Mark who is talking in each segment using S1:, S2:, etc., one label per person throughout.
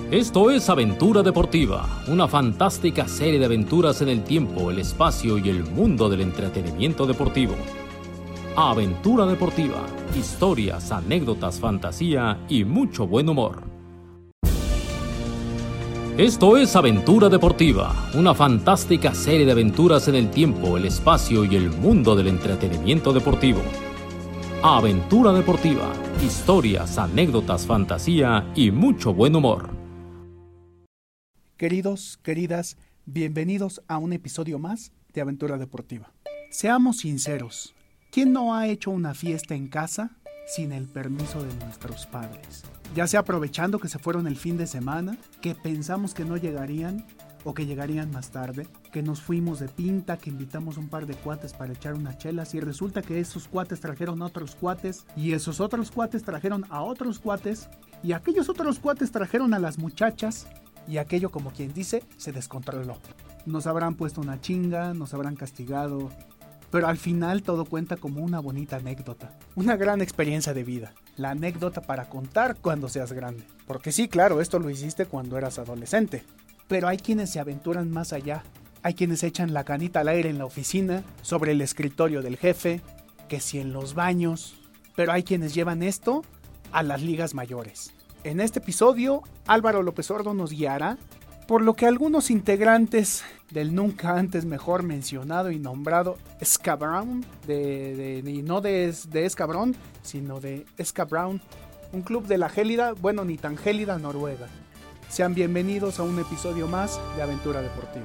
S1: Esto es Aventura Deportiva, una fantástica serie de aventuras en el tiempo, el espacio y el mundo del entretenimiento deportivo. Aventura Deportiva, historias, anécdotas, fantasía y mucho buen humor. Esto es Aventura Deportiva, una fantástica serie de aventuras en el tiempo, el espacio y el mundo del entretenimiento deportivo. Aventura Deportiva, historias, anécdotas, fantasía y mucho buen humor.
S2: Queridos, queridas, bienvenidos a un episodio más de Aventura Deportiva. Seamos sinceros, ¿quién no ha hecho una fiesta en casa sin el permiso de nuestros padres? Ya sea aprovechando que se fueron el fin de semana, que pensamos que no llegarían o que llegarían más tarde, que nos fuimos de pinta, que invitamos un par de cuates para echar unas chelas y resulta que esos cuates trajeron a otros cuates y esos otros cuates trajeron a otros cuates y aquellos otros cuates trajeron a las muchachas. Y aquello, como quien dice, se descontroló. Nos habrán puesto una chinga, nos habrán castigado, pero al final todo cuenta como una bonita anécdota. Una gran experiencia de vida. La anécdota para contar cuando seas grande. Porque sí, claro, esto lo hiciste cuando eras adolescente. Pero hay quienes se aventuran más allá. Hay quienes echan la canita al aire en la oficina, sobre el escritorio del jefe, que si en los baños. Pero hay quienes llevan esto a las ligas mayores. En este episodio, Álvaro López Sordo nos guiará por lo que algunos integrantes del nunca antes mejor mencionado y nombrado Ska-Brown, no de Ska-Brown, sino de Ska-Brown, un club de la gélida, bueno, ni tan gélida Noruega. Sean bienvenidos a un episodio más de Aventura Deportiva.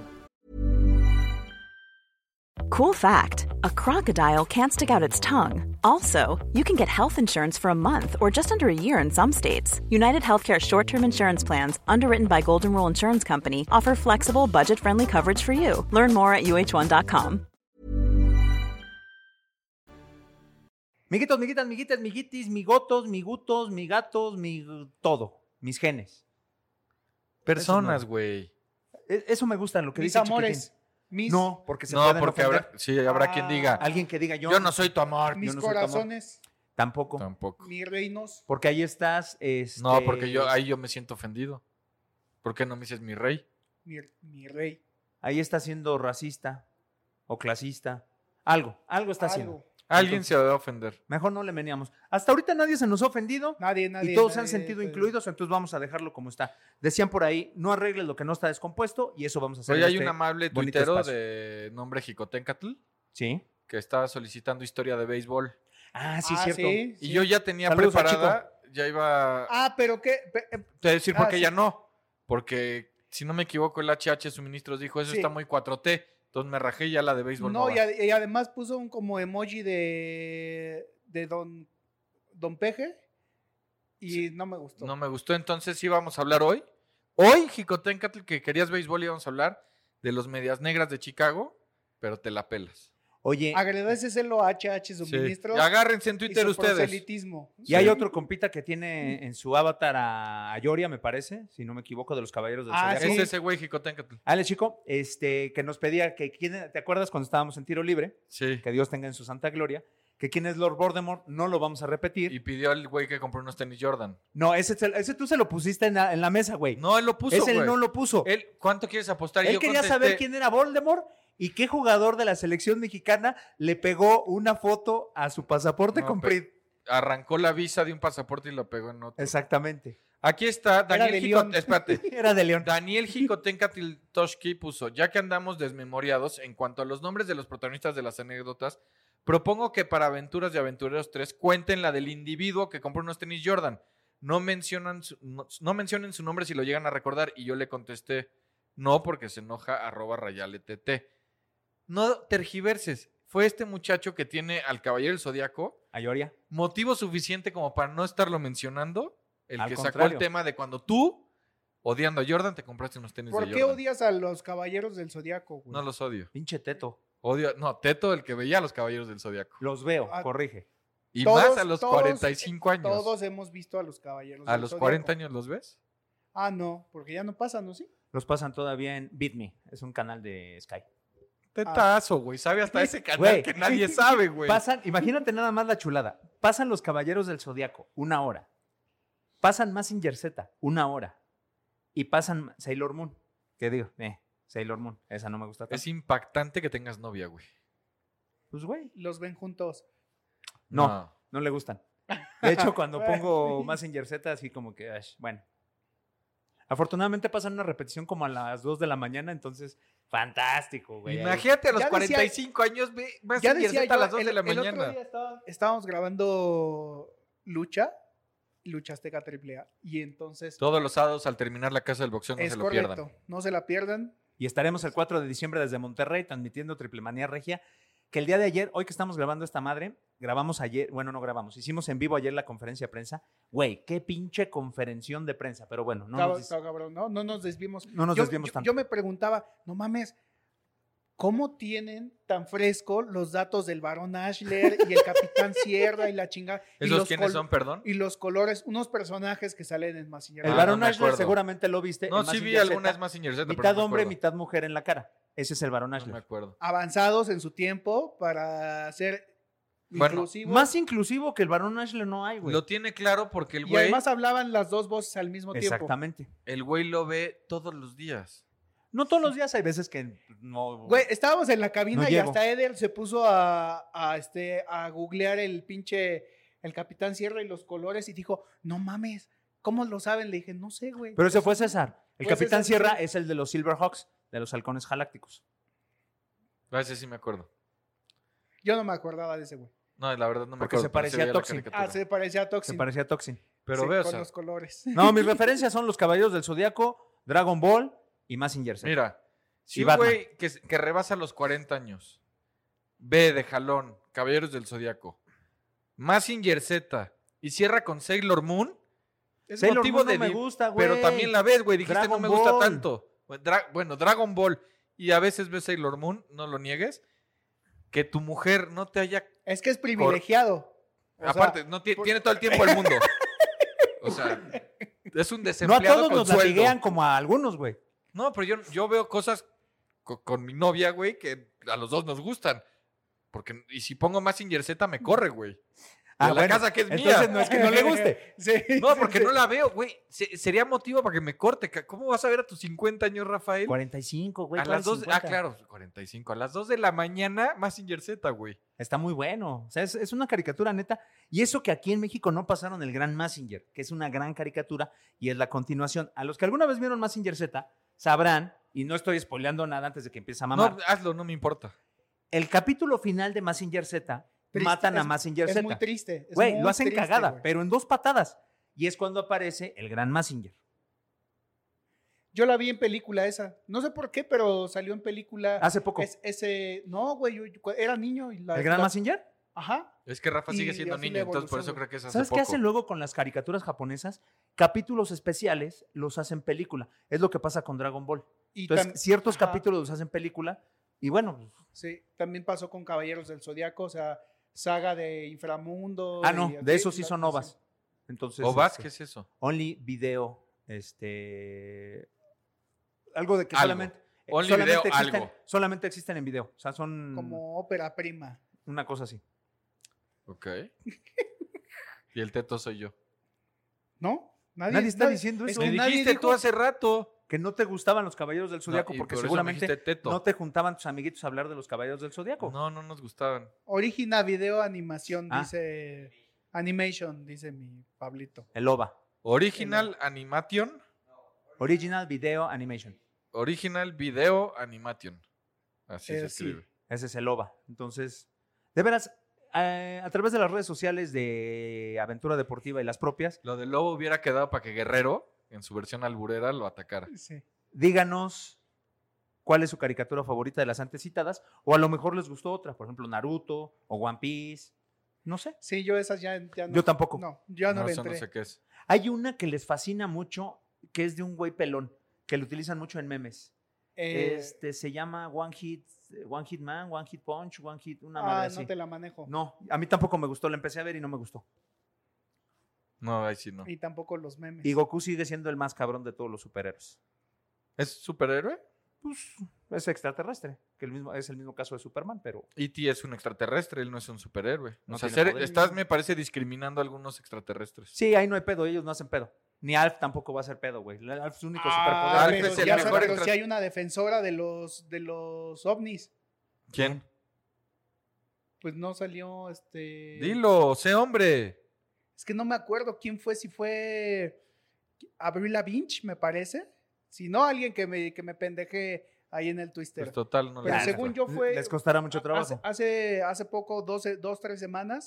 S3: Cool fact, a crocodile can't stick out its tongue. Also, you can get health insurance for a month or just under a year in some states. United Healthcare short-term insurance plans, underwritten by Golden Rule Insurance Company, offer flexible, budget-friendly coverage for you. Learn more at uh1.com.
S4: Miguitos, miguitas, miguitas, miguitis, migotos, migutos, migatos, todo. Mis genes.
S5: Personas, güey.
S4: Eso me gusta, lo que
S2: Mis
S4: dice
S2: amores.
S4: Chiquitín. No, porque se pueden
S5: porque
S4: ofender.
S5: habrá quien diga.
S4: Alguien que diga
S5: Yo no soy tu amor.
S2: Mis
S4: no soy tu amor.
S2: corazones,
S4: Tampoco.
S2: mis reinos.
S4: Porque ahí estás.
S5: No, porque yo me siento ofendido. ¿Por qué no me dices mi rey?
S2: Mi rey.
S4: Ahí está siendo racista o clasista. Algo está haciendo.
S5: Alguien se va a ofender.
S4: Mejor no le meneamos. Hasta ahorita nadie se nos ha ofendido.
S2: Nadie.
S4: Y todos se han
S2: nadie,
S4: sentido incluidos, entonces vamos a dejarlo como está. Decían por ahí, no arregles lo que no está descompuesto, y eso vamos a hacer.
S5: Hoy
S4: en
S5: hay
S4: este
S5: un amable
S4: bonito
S5: tuitero
S4: espacio.
S5: de nombre Jicotencatl
S4: Sí.
S5: que estaba solicitando historia de béisbol.
S4: Ah, sí, cierto.
S2: Sí,
S5: Y yo ya tenía
S4: Saludos a
S5: preparada, ya iba
S2: pero qué.
S5: a decir por qué
S2: sí.
S5: ya no. Porque, si no me equivoco, el HH Suministros dijo, eso
S2: Sí.
S5: está muy 4T. Entonces me rajé, ya la de béisbol
S2: No,
S5: va.
S2: y además puso un como emoji de Don Peje y
S5: Sí.
S2: no me gustó.
S5: No me gustó, entonces sí vamos a hablar hoy. Hoy, Jicotencatl, que querías béisbol, íbamos a hablar de los Medias Negras de Chicago, pero te la pelas.
S4: Oye,
S2: Agradeceselo a HH Suministros.
S5: Sí. Agárrense en
S2: y
S5: Twitter
S2: su
S5: ustedes.
S2: proselitismo.
S4: y hay otro compita que tiene en su avatar a Yoria, me parece, si no me equivoco, de los Caballeros del Zodiaco.
S5: Es ese güey, Jicotencatl.
S4: Ale, chico, que nos pedía que ¿te acuerdas cuando estábamos en tiro libre?
S5: Sí.
S4: Que Dios tenga en su santa gloria. Que quién es Lord Voldemort, no lo vamos a repetir.
S5: Y pidió al güey que compró unos tenis Jordan.
S4: No, ese tú se lo pusiste en la mesa, güey.
S5: No, él lo puso,
S4: Ese
S5: güey.
S4: él no lo puso.
S5: ¿Cuánto quieres apostar? Y
S4: Él
S5: yo
S4: quería
S5: contesté,
S4: saber quién era Voldemort y qué jugador de la selección mexicana le pegó una foto a su pasaporte
S5: No,
S4: con print.
S5: arrancó la visa de un pasaporte y lo pegó en otro.
S4: Exactamente.
S5: Aquí está
S2: de
S5: Daniel
S2: León.
S5: Espérate.
S4: Era de León.
S5: Daniel Jicotencatl Toshki puso, ya que andamos desmemoriados en cuanto a los nombres de los protagonistas de las anécdotas, propongo que para Aventuras de Aventureros 3 cuenten la del individuo que compró unos tenis Jordan. No mencionen su nombre si lo llegan a recordar. Y yo le contesté, no, porque se enoja @rayalett. No tergiverses. Fue este muchacho que tiene al Caballero del Zodiaco.
S4: ¿A Yoria?
S5: Motivo suficiente como para no estarlo mencionando. El
S4: Al
S5: que
S4: contrario.
S5: sacó el tema de cuando tú, odiando a Jordan, te compraste unos tenis de
S2: ¿Por
S5: Jordan.
S2: qué odias a los Caballeros del Zodiaco, güey?
S5: No los odio.
S4: Pinche teto.
S5: Teto, el que veía a los Caballeros del Zodiaco.
S4: Los veo,
S2: Ah,
S4: corrige.
S5: Y
S2: Todos-
S5: más a los
S2: todos-
S5: 45 años.
S2: Todos hemos visto a los Caballeros
S5: ¿A
S2: del
S5: los
S2: Zodiaco.
S5: 40 años los ves?
S2: Ah, no, porque ya no pasan, ¿no? Sí.
S4: Los pasan todavía en Beat Me. Es un canal de Sky.
S5: Tetazo, güey. Sabe hasta ese canal
S4: Güey.
S5: que nadie sabe, güey.
S4: Pasan, imagínate nada más la chulada. Pasan los Caballeros del Zodiaco, 1 hora. Pasan Mazinger Z, 1 hora.
S6: y pasan Sailor Moon. ¿Qué digo? Sailor Moon, esa no me gusta tanto.
S5: Es impactante que tengas novia, güey.
S6: Pues, güey,
S2: Los ven juntos.
S6: no le gustan. De hecho, cuando pongo Mazinger Z, así como que, bueno. Afortunadamente pasan una repetición como a las 2 de la mañana, entonces, fantástico, güey.
S5: Imagínate a los
S2: Ya decía-
S5: 45 años, ve, vas
S2: Ya
S5: a
S2: decía
S5: Z a
S2: yo,
S5: las 2 de la
S2: el otro
S5: mañana.
S2: día estábamos grabando Lucha Azteca AAA, y entonces
S5: Todos los sábados al terminar la casa del boxeo no
S2: es
S5: se lo
S2: correcto,
S5: pierdan.
S2: no se la pierdan.
S6: Y estaremos el 4 de diciembre desde Monterrey transmitiendo Triple Manía Regia, que el día de ayer, hoy que estamos grabando esta madre, grabamos ayer, bueno, no grabamos, hicimos en vivo ayer la conferencia de prensa. Güey, qué pinche conferención de prensa, pero bueno,
S2: Cabrón, no nos desvimos.
S6: no nos desviemos tanto.
S2: Yo me preguntaba, no mames, ¿cómo tienen tan fresco los datos del Barón Ashler y el Capitán Sierra y la chingada? Y
S5: ¿Esos
S2: los
S5: quiénes son, perdón?
S2: Y los colores, unos personajes que salen en Mazinger.
S6: El
S5: Ah,
S6: Barón
S5: no me
S6: Ashler
S5: acuerdo.
S6: seguramente lo viste.
S5: No,
S6: en
S5: sí vi
S6: Mazinger
S5: algunas
S6: Z,
S5: más Mazinger Z, pero
S6: mitad
S5: no me
S6: hombre,
S5: acuerdo.
S6: mitad mujer en la cara. Ese es el Barón
S5: No me
S6: Ashler.
S5: acuerdo.
S2: Avanzados en su tiempo para ser
S5: Bueno,
S2: inclusivos.
S6: Más inclusivo que el Barón Ashler no hay, güey.
S5: Lo tiene claro porque el
S2: y
S5: güey,
S2: además hablaban las dos voces al mismo tiempo.
S6: Exactamente.
S5: el güey lo ve todos los días.
S6: No todos los días, hay veces que no.
S2: Güey, estábamos en la cabina
S6: No
S2: y
S6: llego.
S2: hasta Eder se puso a googlear el Capitán Sierra y los colores y dijo, no mames, ¿cómo lo saben? Le dije, no sé, güey.
S6: Pero ese fue César. El
S2: Fue
S6: Capitán
S2: César,
S6: Sierra
S2: sí.
S6: es el de los Silverhawks, de los halcones galácticos.
S5: A ese sí me acuerdo.
S2: Yo no me acordaba de ese güey.
S5: No, la verdad no me
S6: Porque
S5: acuerdo.
S6: se parecía
S5: veía
S6: a
S5: la
S6: Toxin.
S5: caricatura.
S2: Se parecía a Toxin.
S6: Se parecía a Toxin.
S5: Pero
S2: Sí,
S5: veo, o
S2: con
S5: sea,
S2: los colores.
S6: No, mis referencias son los Caballeros del Zodíaco, Dragon Ball y Mazinger Z.
S5: mira, si
S6: Y
S5: un
S6: Batman.
S5: güey que rebasa los 40 años ve de jalón Caballeros del Zodiaco, Mazinger Z y cierra con Sailor Moon, es
S6: Sailor
S5: motivo
S6: Moon no
S5: de
S6: me
S5: di-
S6: gusta, güey.
S5: Pero también la ves, güey. Dijiste
S6: Dragon
S5: no me gusta
S6: Ball.
S5: tanto. Bueno, Dragon Ball y a veces ves Sailor Moon, no lo niegues. Que tu mujer no te haya.
S2: Es que es privilegiado. O sea,
S5: Aparte, no tiene todo el tiempo del mundo. O sea, es un
S6: No a
S5: desempleado
S6: todos
S5: con
S6: nos
S5: sueldo.
S6: latiguean como a algunos, güey.
S5: No, pero yo veo cosas con mi novia, güey, que a los dos nos gustan. Y si pongo Mazinger Z, me corre, güey. De la casa que es
S6: entonces
S5: mía.
S6: no es que no le guste.
S2: Sí,
S5: No,
S2: sí,
S5: porque
S2: sí.
S5: no la veo, güey. Sería motivo para que me corte. ¿Cómo vas a ver a tus 50 años, Rafael?
S6: 45, güey.
S5: A las 2,
S6: 50.
S5: claro, 45. A las 2 de la mañana, Mazinger Z, güey.
S6: Está muy bueno. O sea, es una caricatura neta. Y eso que aquí en México no pasaron el Gran Mazinger, que es una gran caricatura y es la continuación. A los que alguna vez vieron Mazinger Z, sabrán, y no estoy spoileando nada antes de que empiece a mamar,
S5: No, hazlo, no me importa.
S6: el capítulo final de Mazinger Z,
S2: Triste,
S6: matan a
S2: es-
S6: Mazinger
S2: Es
S6: Z.
S2: muy triste. es
S6: Güey,
S2: muy
S6: lo hacen
S2: triste,
S6: cagada,
S2: güey.
S6: pero en 2 patadas. Y es cuando aparece el Gran Mazinger.
S2: Yo la vi en película esa. No sé por qué, pero salió en película.
S6: Hace poco.
S2: No, güey, era niño. Y
S6: ¿El Gran Mazinger?
S2: Ajá.
S5: Es que Rafa
S2: Y
S5: sigue siendo
S2: así
S5: niño,
S2: la
S5: entonces por eso
S2: evolución,
S5: creo que es hace
S6: ¿Sabes
S5: poco.
S6: qué hacen luego con las caricaturas japonesas? Capítulos especiales los hacen película. Es lo que pasa con Dragon Ball.
S2: Y
S6: Entonces, ciertos
S2: ajá.
S6: capítulos los hacen película y bueno, pues,
S2: Sí, también pasó con Caballeros del Zodiaco, o sea, saga de Inframundo.
S6: no,
S2: y
S6: de
S2: así,
S6: esos sí son ovas. Entonces,
S5: ¿Ovas? ¿Qué es eso?
S6: Only Video, algo de que
S5: Algo.
S6: solamente,
S5: Only
S6: solamente
S5: Video,
S6: existen,
S5: algo.
S6: solamente existen en video. O sea, son
S2: Como ópera prima.
S6: una cosa así.
S5: Ok. Y el teto soy yo.
S2: ¿No?
S6: Nadie está diciendo
S2: es
S6: eso.
S2: que
S5: Me
S2: nadie
S5: dijiste
S2: dijo-
S5: tú hace rato.
S6: Que no te gustaban los Caballeros del Zodiaco
S5: No, y
S6: porque
S5: por eso me
S6: seguramente
S5: dijiste teto.
S6: no te juntaban tus amiguitos a hablar de los Caballeros del Zodiaco.
S5: No, no nos gustaban.
S2: Origina video animación,
S6: Ah.
S2: dice. Animation, dice mi Pablito.
S6: El OVA.
S5: Original Animation.
S6: Original Video Animation.
S5: Original Video Animation. Así se
S2: Sí.
S5: escribe.
S6: Ese es el OVA. Entonces, de veras, a través de las redes sociales de Aventura Deportiva y las propias,
S5: Lo del lobo hubiera quedado para que Guerrero, en su versión alburera, lo atacara.
S2: Sí.
S6: díganos cuál es su caricatura favorita de las antes citadas, o a lo mejor les gustó otra, por ejemplo, Naruto o One Piece. No sé.
S2: Sí, yo esas ya no.
S6: Yo tampoco.
S2: No, ya no,
S5: No,
S2: le
S5: eso
S2: entré.
S5: no sé qué es.
S6: Hay una que les fascina mucho, que es de un güey pelón, que lo utilizan mucho en memes. Se llama One Hit Man, One Hit Punch, One Hit, una madre así.
S2: no te la manejo.
S6: No, a mí tampoco me gustó, la empecé a ver y no me gustó.
S5: No, ahí sí no.
S2: Y tampoco los memes.
S6: Y Goku sigue siendo el más cabrón de todos los superhéroes.
S5: ¿Es superhéroe?
S6: Pues es extraterrestre, que es el mismo caso de Superman, pero
S5: E.T. es un extraterrestre, él no es un superhéroe.
S6: No
S5: O sea,
S6: tiene poderes.
S5: estás, me parece, discriminando a algunos extraterrestres.
S6: sí, ahí no hay pedo, ellos no hacen pedo. Ni Alf tampoco va a ser pedo, güey. Alf es su único
S4: Ah,
S6: superpoder.
S5: Alf
S4: pero
S5: es el
S4: ya
S5: mejor
S4: sabes,
S5: extra-
S4: si hay una defensora de los ovnis.
S5: ¿Quién?
S4: Pues no salió
S5: Dilo, sé hombre.
S4: Es que no me acuerdo quién fue, si fue Avril Lavigne, me parece. Si no, alguien que me pendeje ahí en el Twister.
S5: Pues total, no
S4: Pero
S5: le
S4: según yo fue...
S6: Les costará mucho trabajo.
S4: Hace poco, 3 semanas,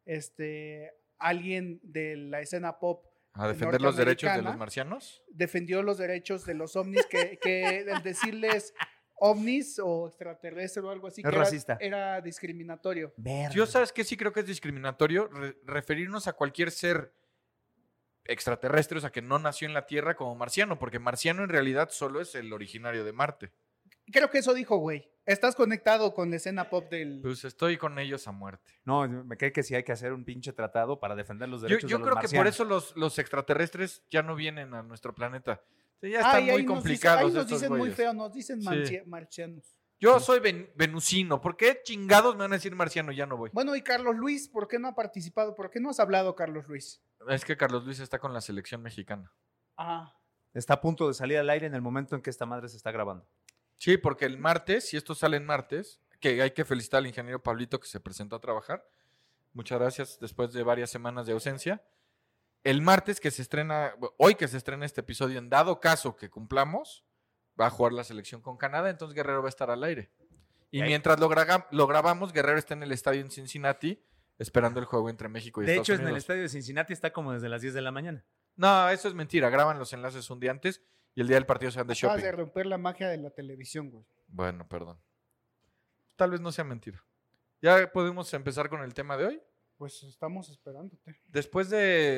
S4: alguien de la escena pop
S5: a defender los derechos de los
S4: norteamericana
S5: marcianos.
S4: defendió los derechos de los ovnis, que el decirles ovnis o extraterrestre o algo así,
S6: Es
S4: que
S6: racista.
S4: era discriminatorio.
S6: Verga.
S5: Yo, ¿sabes qué? Sí creo que es discriminatorio referirnos a cualquier ser extraterrestre, o sea, que no nació en la Tierra como marciano, porque marciano en realidad solo es el originario de Marte.
S4: Creo que eso dijo, güey. Estás conectado con la escena pop del...
S5: Pues estoy con ellos a muerte.
S6: No, me cree que sí hay que hacer un pinche tratado para defender los
S5: Yo
S6: derechos de los
S5: creo que por
S6: marcianos.
S5: eso los extraterrestres ya no vienen a nuestro planeta. O sea, ya
S4: Ah,
S5: están
S4: y ahí
S5: muy
S4: nos
S5: complicados
S4: Ahí nos
S5: estos
S4: dicen muy
S5: güeyes.
S4: feo, nos dicen
S5: Sí.
S4: marcianos.
S5: Yo soy venusino. ¿Por qué chingados me van a decir marciano? Ya no voy.
S4: Bueno, y Carlos Luis, ¿por qué no ha participado? ¿Por qué no has hablado, Carlos Luis?
S5: Es que Carlos Luis está con la selección mexicana.
S4: Ah,
S6: Está a punto de salir al aire en el momento en que esta madre se está grabando.
S5: Sí, porque el martes, si esto sale en martes, que hay que felicitar al ingeniero Pablito que se presentó a trabajar. Muchas gracias después de varias semanas de ausencia. El martes que se estrena, hoy que se estrena este episodio, en dado caso que cumplamos, va a jugar la selección con Canadá, entonces Guerrero va a estar al aire. Y mientras lo grabamos, Guerrero está en el estadio en Cincinnati esperando el juego entre México y
S6: De
S5: Estados
S6: hecho,
S5: Unidos.
S6: en el estadio de Cincinnati está como desde las 10 de la mañana.
S5: No, eso es mentira. Graban los enlaces un día antes y el día del partido se van de
S4: acabas
S5: shopping.
S4: de romper la magia de la televisión, güey.
S5: Bueno, perdón. Tal vez no sea mentira. ¿Ya podemos empezar con el tema de hoy?
S4: Pues estamos esperándote.
S5: Después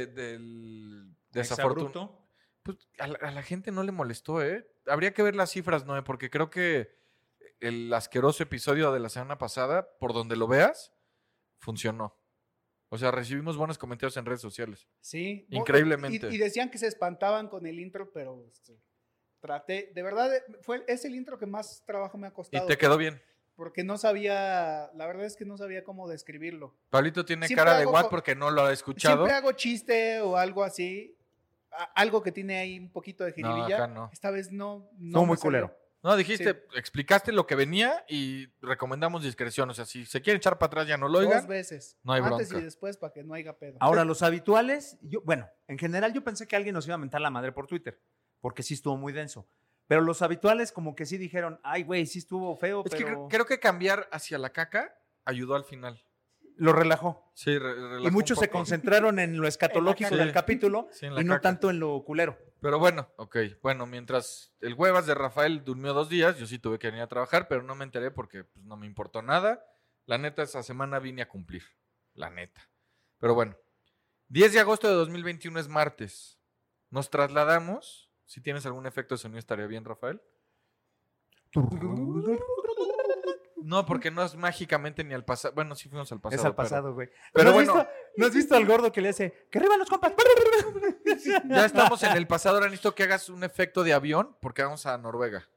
S5: del desafortunado...
S6: Exabrupto.
S5: Pues a la gente no le molestó, ¿eh? Habría que ver las cifras, Noé, porque creo que el asqueroso episodio de la semana pasada, por donde lo veas, funcionó. O sea, recibimos buenos comentarios en redes sociales.
S4: Sí.
S5: Increíblemente.
S4: Y decían que se espantaban con el intro, pero traté, de verdad, es el intro que más trabajo me ha
S5: Y
S4: costado.
S5: te quedó bien.
S4: Porque no sabía, la verdad es que no sabía cómo describirlo.
S5: Pablito tiene
S4: Siempre
S5: cara de
S4: hago
S5: what
S4: co-
S5: porque no lo ha escuchado.
S4: Siempre hago chiste o algo así, algo que tiene ahí un poquito de
S5: No,
S4: jiribilla.
S5: acá no.
S4: Esta vez no
S6: Estuvo muy
S4: me salió.
S6: culero.
S5: No, dijiste, explicaste lo que venía y recomendamos discreción. O sea, si se quieren echar para atrás ya no lo oigan.
S4: 2 veces.
S5: No hay
S4: Antes
S5: bronca.
S4: y después para que no haya pedo.
S6: Ahora, los habituales, bueno, en general yo pensé que alguien nos iba a mentar la madre por Twitter, porque sí estuvo muy denso. Pero los habituales como que sí dijeron, ay, güey, sí estuvo feo,
S5: Es que
S6: pero
S5: creo que cambiar hacia la caca ayudó al final.
S6: lo relajó.
S5: Sí,
S6: Y muchos se concentraron en lo escatológico
S5: caca.
S6: del capítulo
S5: Sí, en la
S6: y no
S5: caca.
S6: tanto en lo culero.
S5: Pero bueno, ok. Bueno, mientras el huevas de Rafael durmió 2 días, yo sí tuve que venir a trabajar, pero no me enteré porque pues, no me importó nada. La neta, esa semana vine a cumplir. La neta. Pero bueno, 10 de agosto de 2021 es martes. Nos trasladamos. Si tienes algún efecto de sonido estaría bien, Rafael. No, porque no es mágicamente ni al pasado. Bueno, sí fuimos al pasado.
S6: Es al
S5: pero-
S6: pasado, güey.
S5: pero
S6: ¿No has
S5: bueno.
S6: visto- ¿No has visto al gordo que le hace, que arriba los compas?
S5: Ya estamos en el pasado. Ahora necesito que hagas un efecto de avión porque vamos a Noruega.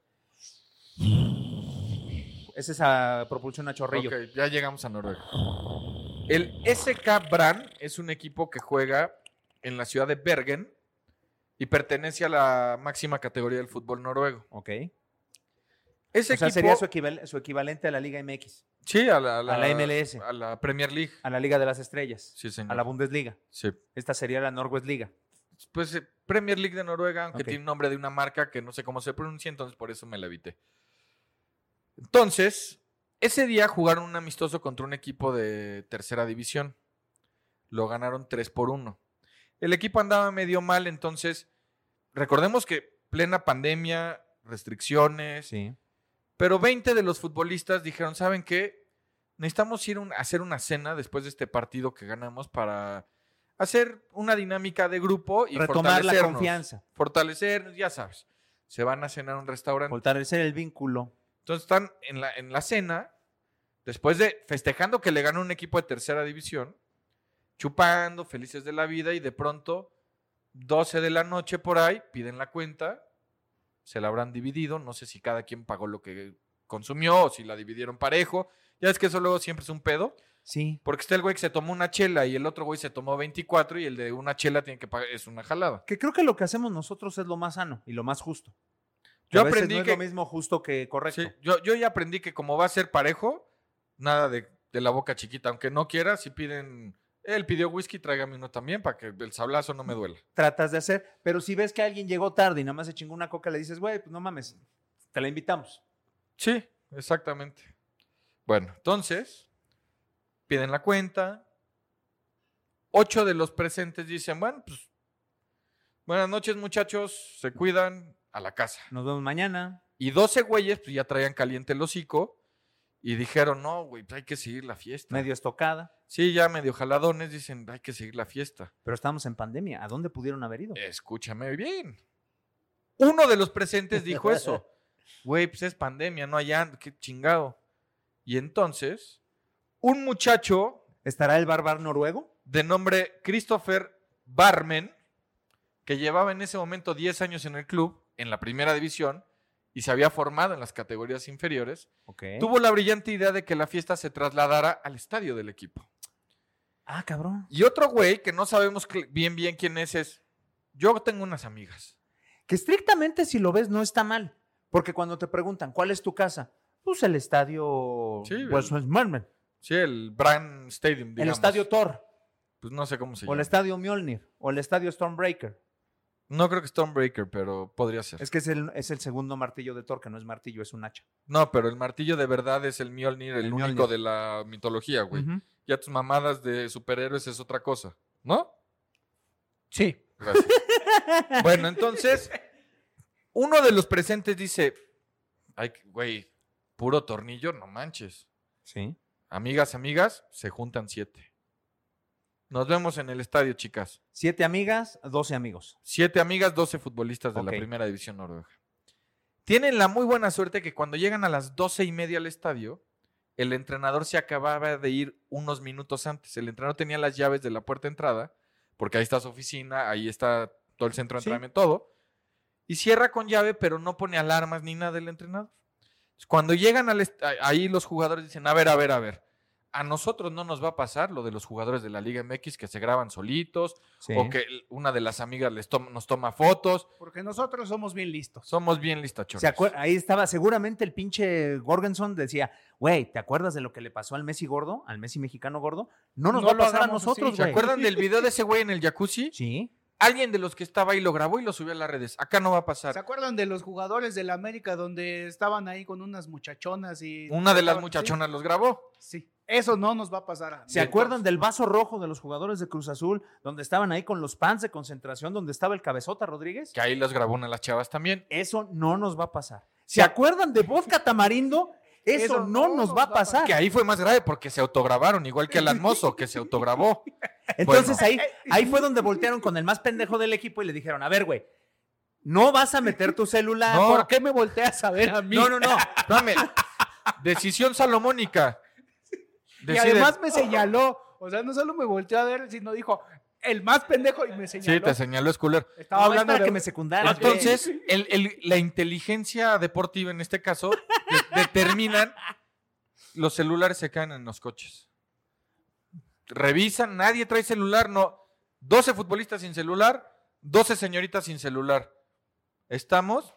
S6: Es esa propulsión a chorrillo.
S5: Ok, ya llegamos a Noruega. El SK Brann es un equipo que juega en la ciudad de Bergen y pertenece a la máxima categoría del fútbol noruego.
S6: Ok.
S5: Ese
S6: O sea,
S5: equipo,
S6: sería su equivalente a la Liga MX,
S5: sí, a la
S6: MLS.
S5: a la Premier League.
S6: a la Liga de las Estrellas,
S5: Sí, señor.
S6: a la Bundesliga.
S5: Sí.
S6: Esta sería la Norwest Liga.
S5: Pues Premier League de Noruega, aunque
S6: Ok.
S5: tiene nombre de una marca que no sé cómo se pronuncia, entonces por eso me la evité. Entonces, ese día jugaron un amistoso contra un equipo de tercera división. Lo ganaron 3-1. El equipo andaba medio mal, entonces recordemos que plena pandemia, restricciones,
S6: Sí.
S5: pero 20 de los futbolistas dijeron, ¿saben qué? Necesitamos ir a hacer una cena después de este partido que ganamos para hacer una dinámica de grupo y
S6: Retomar la
S5: fortalecernos.
S6: confianza,
S5: Fortalecernos, ya sabes. Se van a cenar a un restaurante.
S6: fortalecer el vínculo.
S5: Entonces están en la cena, después de festejando que le ganó un equipo de tercera división, chupando, felices de la vida, y de pronto, 12 de la noche por ahí, piden la cuenta, se la habrán dividido, no sé si cada quien pagó lo que consumió o si la dividieron parejo, ya es que eso luego siempre es un pedo.
S6: Sí.
S5: Porque está el güey que se tomó una chela y el otro güey se tomó 24 y el de una chela tiene que pagar, es una jalada.
S6: Que creo que lo que hacemos nosotros es lo más sano y lo más justo.
S5: Yo
S6: A veces
S5: aprendí
S6: no es
S5: que
S6: lo mismo justo que correcto.
S5: sí, yo ya aprendí que como va a ser parejo, nada de la boca chiquita, aunque no quiera, si piden, él pidió whisky, tráigame uno también para que el sablazo no me duela.
S6: Tratas de hacer, pero si ves que alguien llegó tarde y nada más se chingó una coca, le dices, güey, pues no mames, te la invitamos.
S5: Sí, exactamente. Bueno, entonces, piden la cuenta. 8 de los presentes dicen, bueno, pues, buenas noches muchachos, se cuidan, a la casa.
S6: Nos vemos mañana.
S5: Y 12 güeyes, pues ya traían caliente el hocico y dijeron, no, güey, pues hay que seguir la fiesta.
S6: Medio estocada,
S5: Sí, ya medio jaladones, dicen, hay que seguir la fiesta.
S6: pero estamos en pandemia. ¿A dónde pudieron haber ido?
S5: Escúchame bien. Uno de los presentes dijo eso. Güey, pues es pandemia, no hay qué chingado. Y entonces, un muchacho
S6: ¿Estará el barbar noruego?
S5: de nombre Christopher Barmen, que llevaba en ese momento 10 años en el club, en la primera división, y se había formado en las categorías inferiores,
S6: Ok.
S5: tuvo la brillante idea de que la fiesta se trasladara al estadio del equipo.
S6: Ah, cabrón.
S5: Y otro güey, que no sabemos bien quién es, yo tengo unas amigas.
S6: Que estrictamente, si lo ves, no está mal. Porque cuando te preguntan, ¿cuál es tu casa? Pues el estadio...
S5: Sí,
S6: pues, Marmen.
S5: Sí, el Brand Stadium, digamos.
S6: El estadio Thor.
S5: Pues no sé cómo se
S6: O el
S5: llama.
S6: estadio Mjolnir. O el estadio Stormbreaker.
S5: No creo que Stormbreaker, pero podría ser.
S6: Es que es el segundo martillo de Thor, que no es martillo, es un hacha.
S5: No, pero el martillo de verdad es el Mjolnir, el
S6: El
S5: único
S6: Mjolnir.
S5: de la mitología, güey.
S6: Ujú.
S5: Ya tus mamadas de superhéroes es otra cosa, ¿no?
S4: Sí.
S5: Gracias. Bueno, entonces, uno de los presentes dice, ay, güey, puro tornillo, no manches.
S6: Sí.
S5: Amigas, se juntan 7. Nos vemos en el estadio, chicas.
S6: 7 amigas, 12 amigos.
S5: 7 amigas, 12 futbolistas de la
S6: Ok.
S5: primera división noruega. Tienen la muy buena suerte que cuando llegan a las 12:30 al estadio, el entrenador se acababa de ir unos minutos antes. El entrenador tenía las llaves de la puerta de entrada, porque ahí está su oficina, ahí está todo el centro de
S6: Sí.
S5: entrenamiento, todo. Y cierra con llave, pero no pone alarmas ni nada el entrenador. Cuando llegan ahí los jugadores dicen, a ver. A nosotros no nos va a pasar lo de los jugadores de la Liga MX que se graban solitos,
S6: Sí.
S5: o que una de las amigas nos toma fotos.
S4: Porque nosotros somos bien listos.
S5: Somos bien listachones.
S6: Ahí estaba, seguramente el pinche Gorgenson decía, güey, ¿te acuerdas de lo que le pasó al Messi gordo, al Messi mexicano gordo? No nos
S4: No
S6: va a
S4: lo
S6: pasar a
S4: hagamos
S6: nosotros,
S4: así.
S5: ¿Se
S6: güey.
S5: acuerdan del video de ese güey en el jacuzzi?
S6: Sí.
S5: Alguien de los que estaba ahí lo grabó y lo subió a las redes. Acá no va a pasar.
S4: ¿Se acuerdan de los jugadores del América donde estaban ahí con unas muchachonas y...
S5: Una de las
S4: estaban-
S5: muchachonas los grabó.
S4: Sí, eso no nos va a pasar.
S6: ¿Se acuerdan del vaso rojo de los jugadores de Cruz Azul, donde estaban ahí con los pants de concentración, donde estaba el Cabezota Rodríguez?
S5: Que ahí los grabó una de las chavas también.
S6: Eso no nos va a pasar. ¿Se acuerdan de Vodka Tamarindo? Eso no nos va a pasar.
S5: Que ahí fue más grave porque se autograbaron, igual que Alan Mozo, que se autograbó.
S6: Entonces
S5: Bueno.
S6: ahí fue donde voltearon con el más pendejo del equipo y le dijeron, a ver, güey, no vas a meter tu celular.
S5: No.
S4: ¿Por qué me volteas a ver a mí?
S5: No. Espérame. Decisión salomónica.
S4: Y
S5: Decide.
S4: además me señaló. O sea, no solo me volteó a ver, sino dijo, el más pendejo, y me señaló.
S5: Sí, te señaló, es cooler.
S4: Estaba
S6: No, es
S4: hablando
S6: para
S4: de...
S6: que me secundaras.
S5: Entonces, la inteligencia deportiva en este caso determinan los celulares se caen en los coches. Revisan, nadie trae celular, no. 12 futbolistas sin celular, 12 señoritas sin celular. Estamos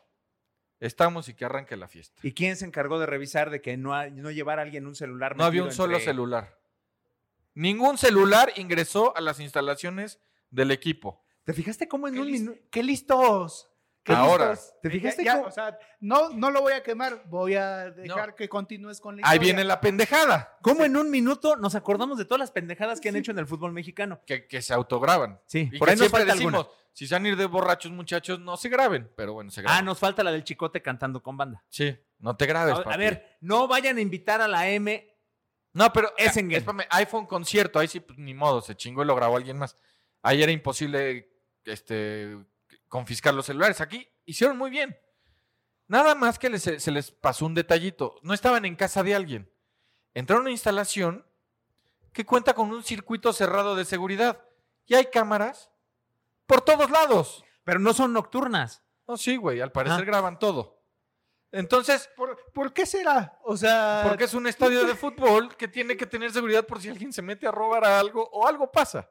S5: y que arranque la fiesta.
S6: ¿Y quién se encargó de revisar de que no llevara a alguien un celular?
S5: No había un
S6: metido
S5: solo
S6: entre-
S5: celular. Ningún celular ingresó a las instalaciones del equipo.
S6: ¿Te fijaste cómo en
S4: ¡Qué,
S6: un minuto?
S4: qué listos! ¡Qué
S5: Ahora,
S4: listos!
S6: ¿te fijaste
S4: Ya,
S6: cómo-
S4: o sea, no lo voy a quemar, voy a dejar que continúes con la historia.
S5: Ahí viene la pendejada.
S6: ¿Cómo en un minuto nos acordamos de todas las pendejadas que han hecho en el fútbol mexicano?
S5: Que se autograban.
S6: Sí,
S5: Y
S6: por
S5: que
S6: ahí nos
S5: siempre
S6: falta
S5: decimos,
S6: alguna.
S5: si se van a ir de borrachos, muchachos, no se graben. Pero bueno, se graben.
S6: Ah, nos falta la del Chicote cantando con banda.
S5: Sí, no te grabes,
S6: A
S5: papi.
S6: ver, no vayan a invitar a la M.
S5: No, pero
S6: Essingen.
S5: espérame, iPhone concierto, ahí sí, pues, ni modo, se chingó y lo grabó alguien más. Ahí era imposible confiscar los celulares. Aquí hicieron muy bien. Nada más que se les pasó un detallito. No estaban en casa de alguien. Entraron a una instalación que cuenta con un circuito cerrado de seguridad. Y hay cámaras por todos lados.
S6: Pero no son nocturnas.
S5: No, sí, güey, al parecer
S6: Ah.
S5: graban todo. Entonces,
S4: ¿Por qué será? O sea,
S5: porque es un estadio de fútbol que tiene que tener seguridad por si alguien se mete a robar a algo o algo pasa.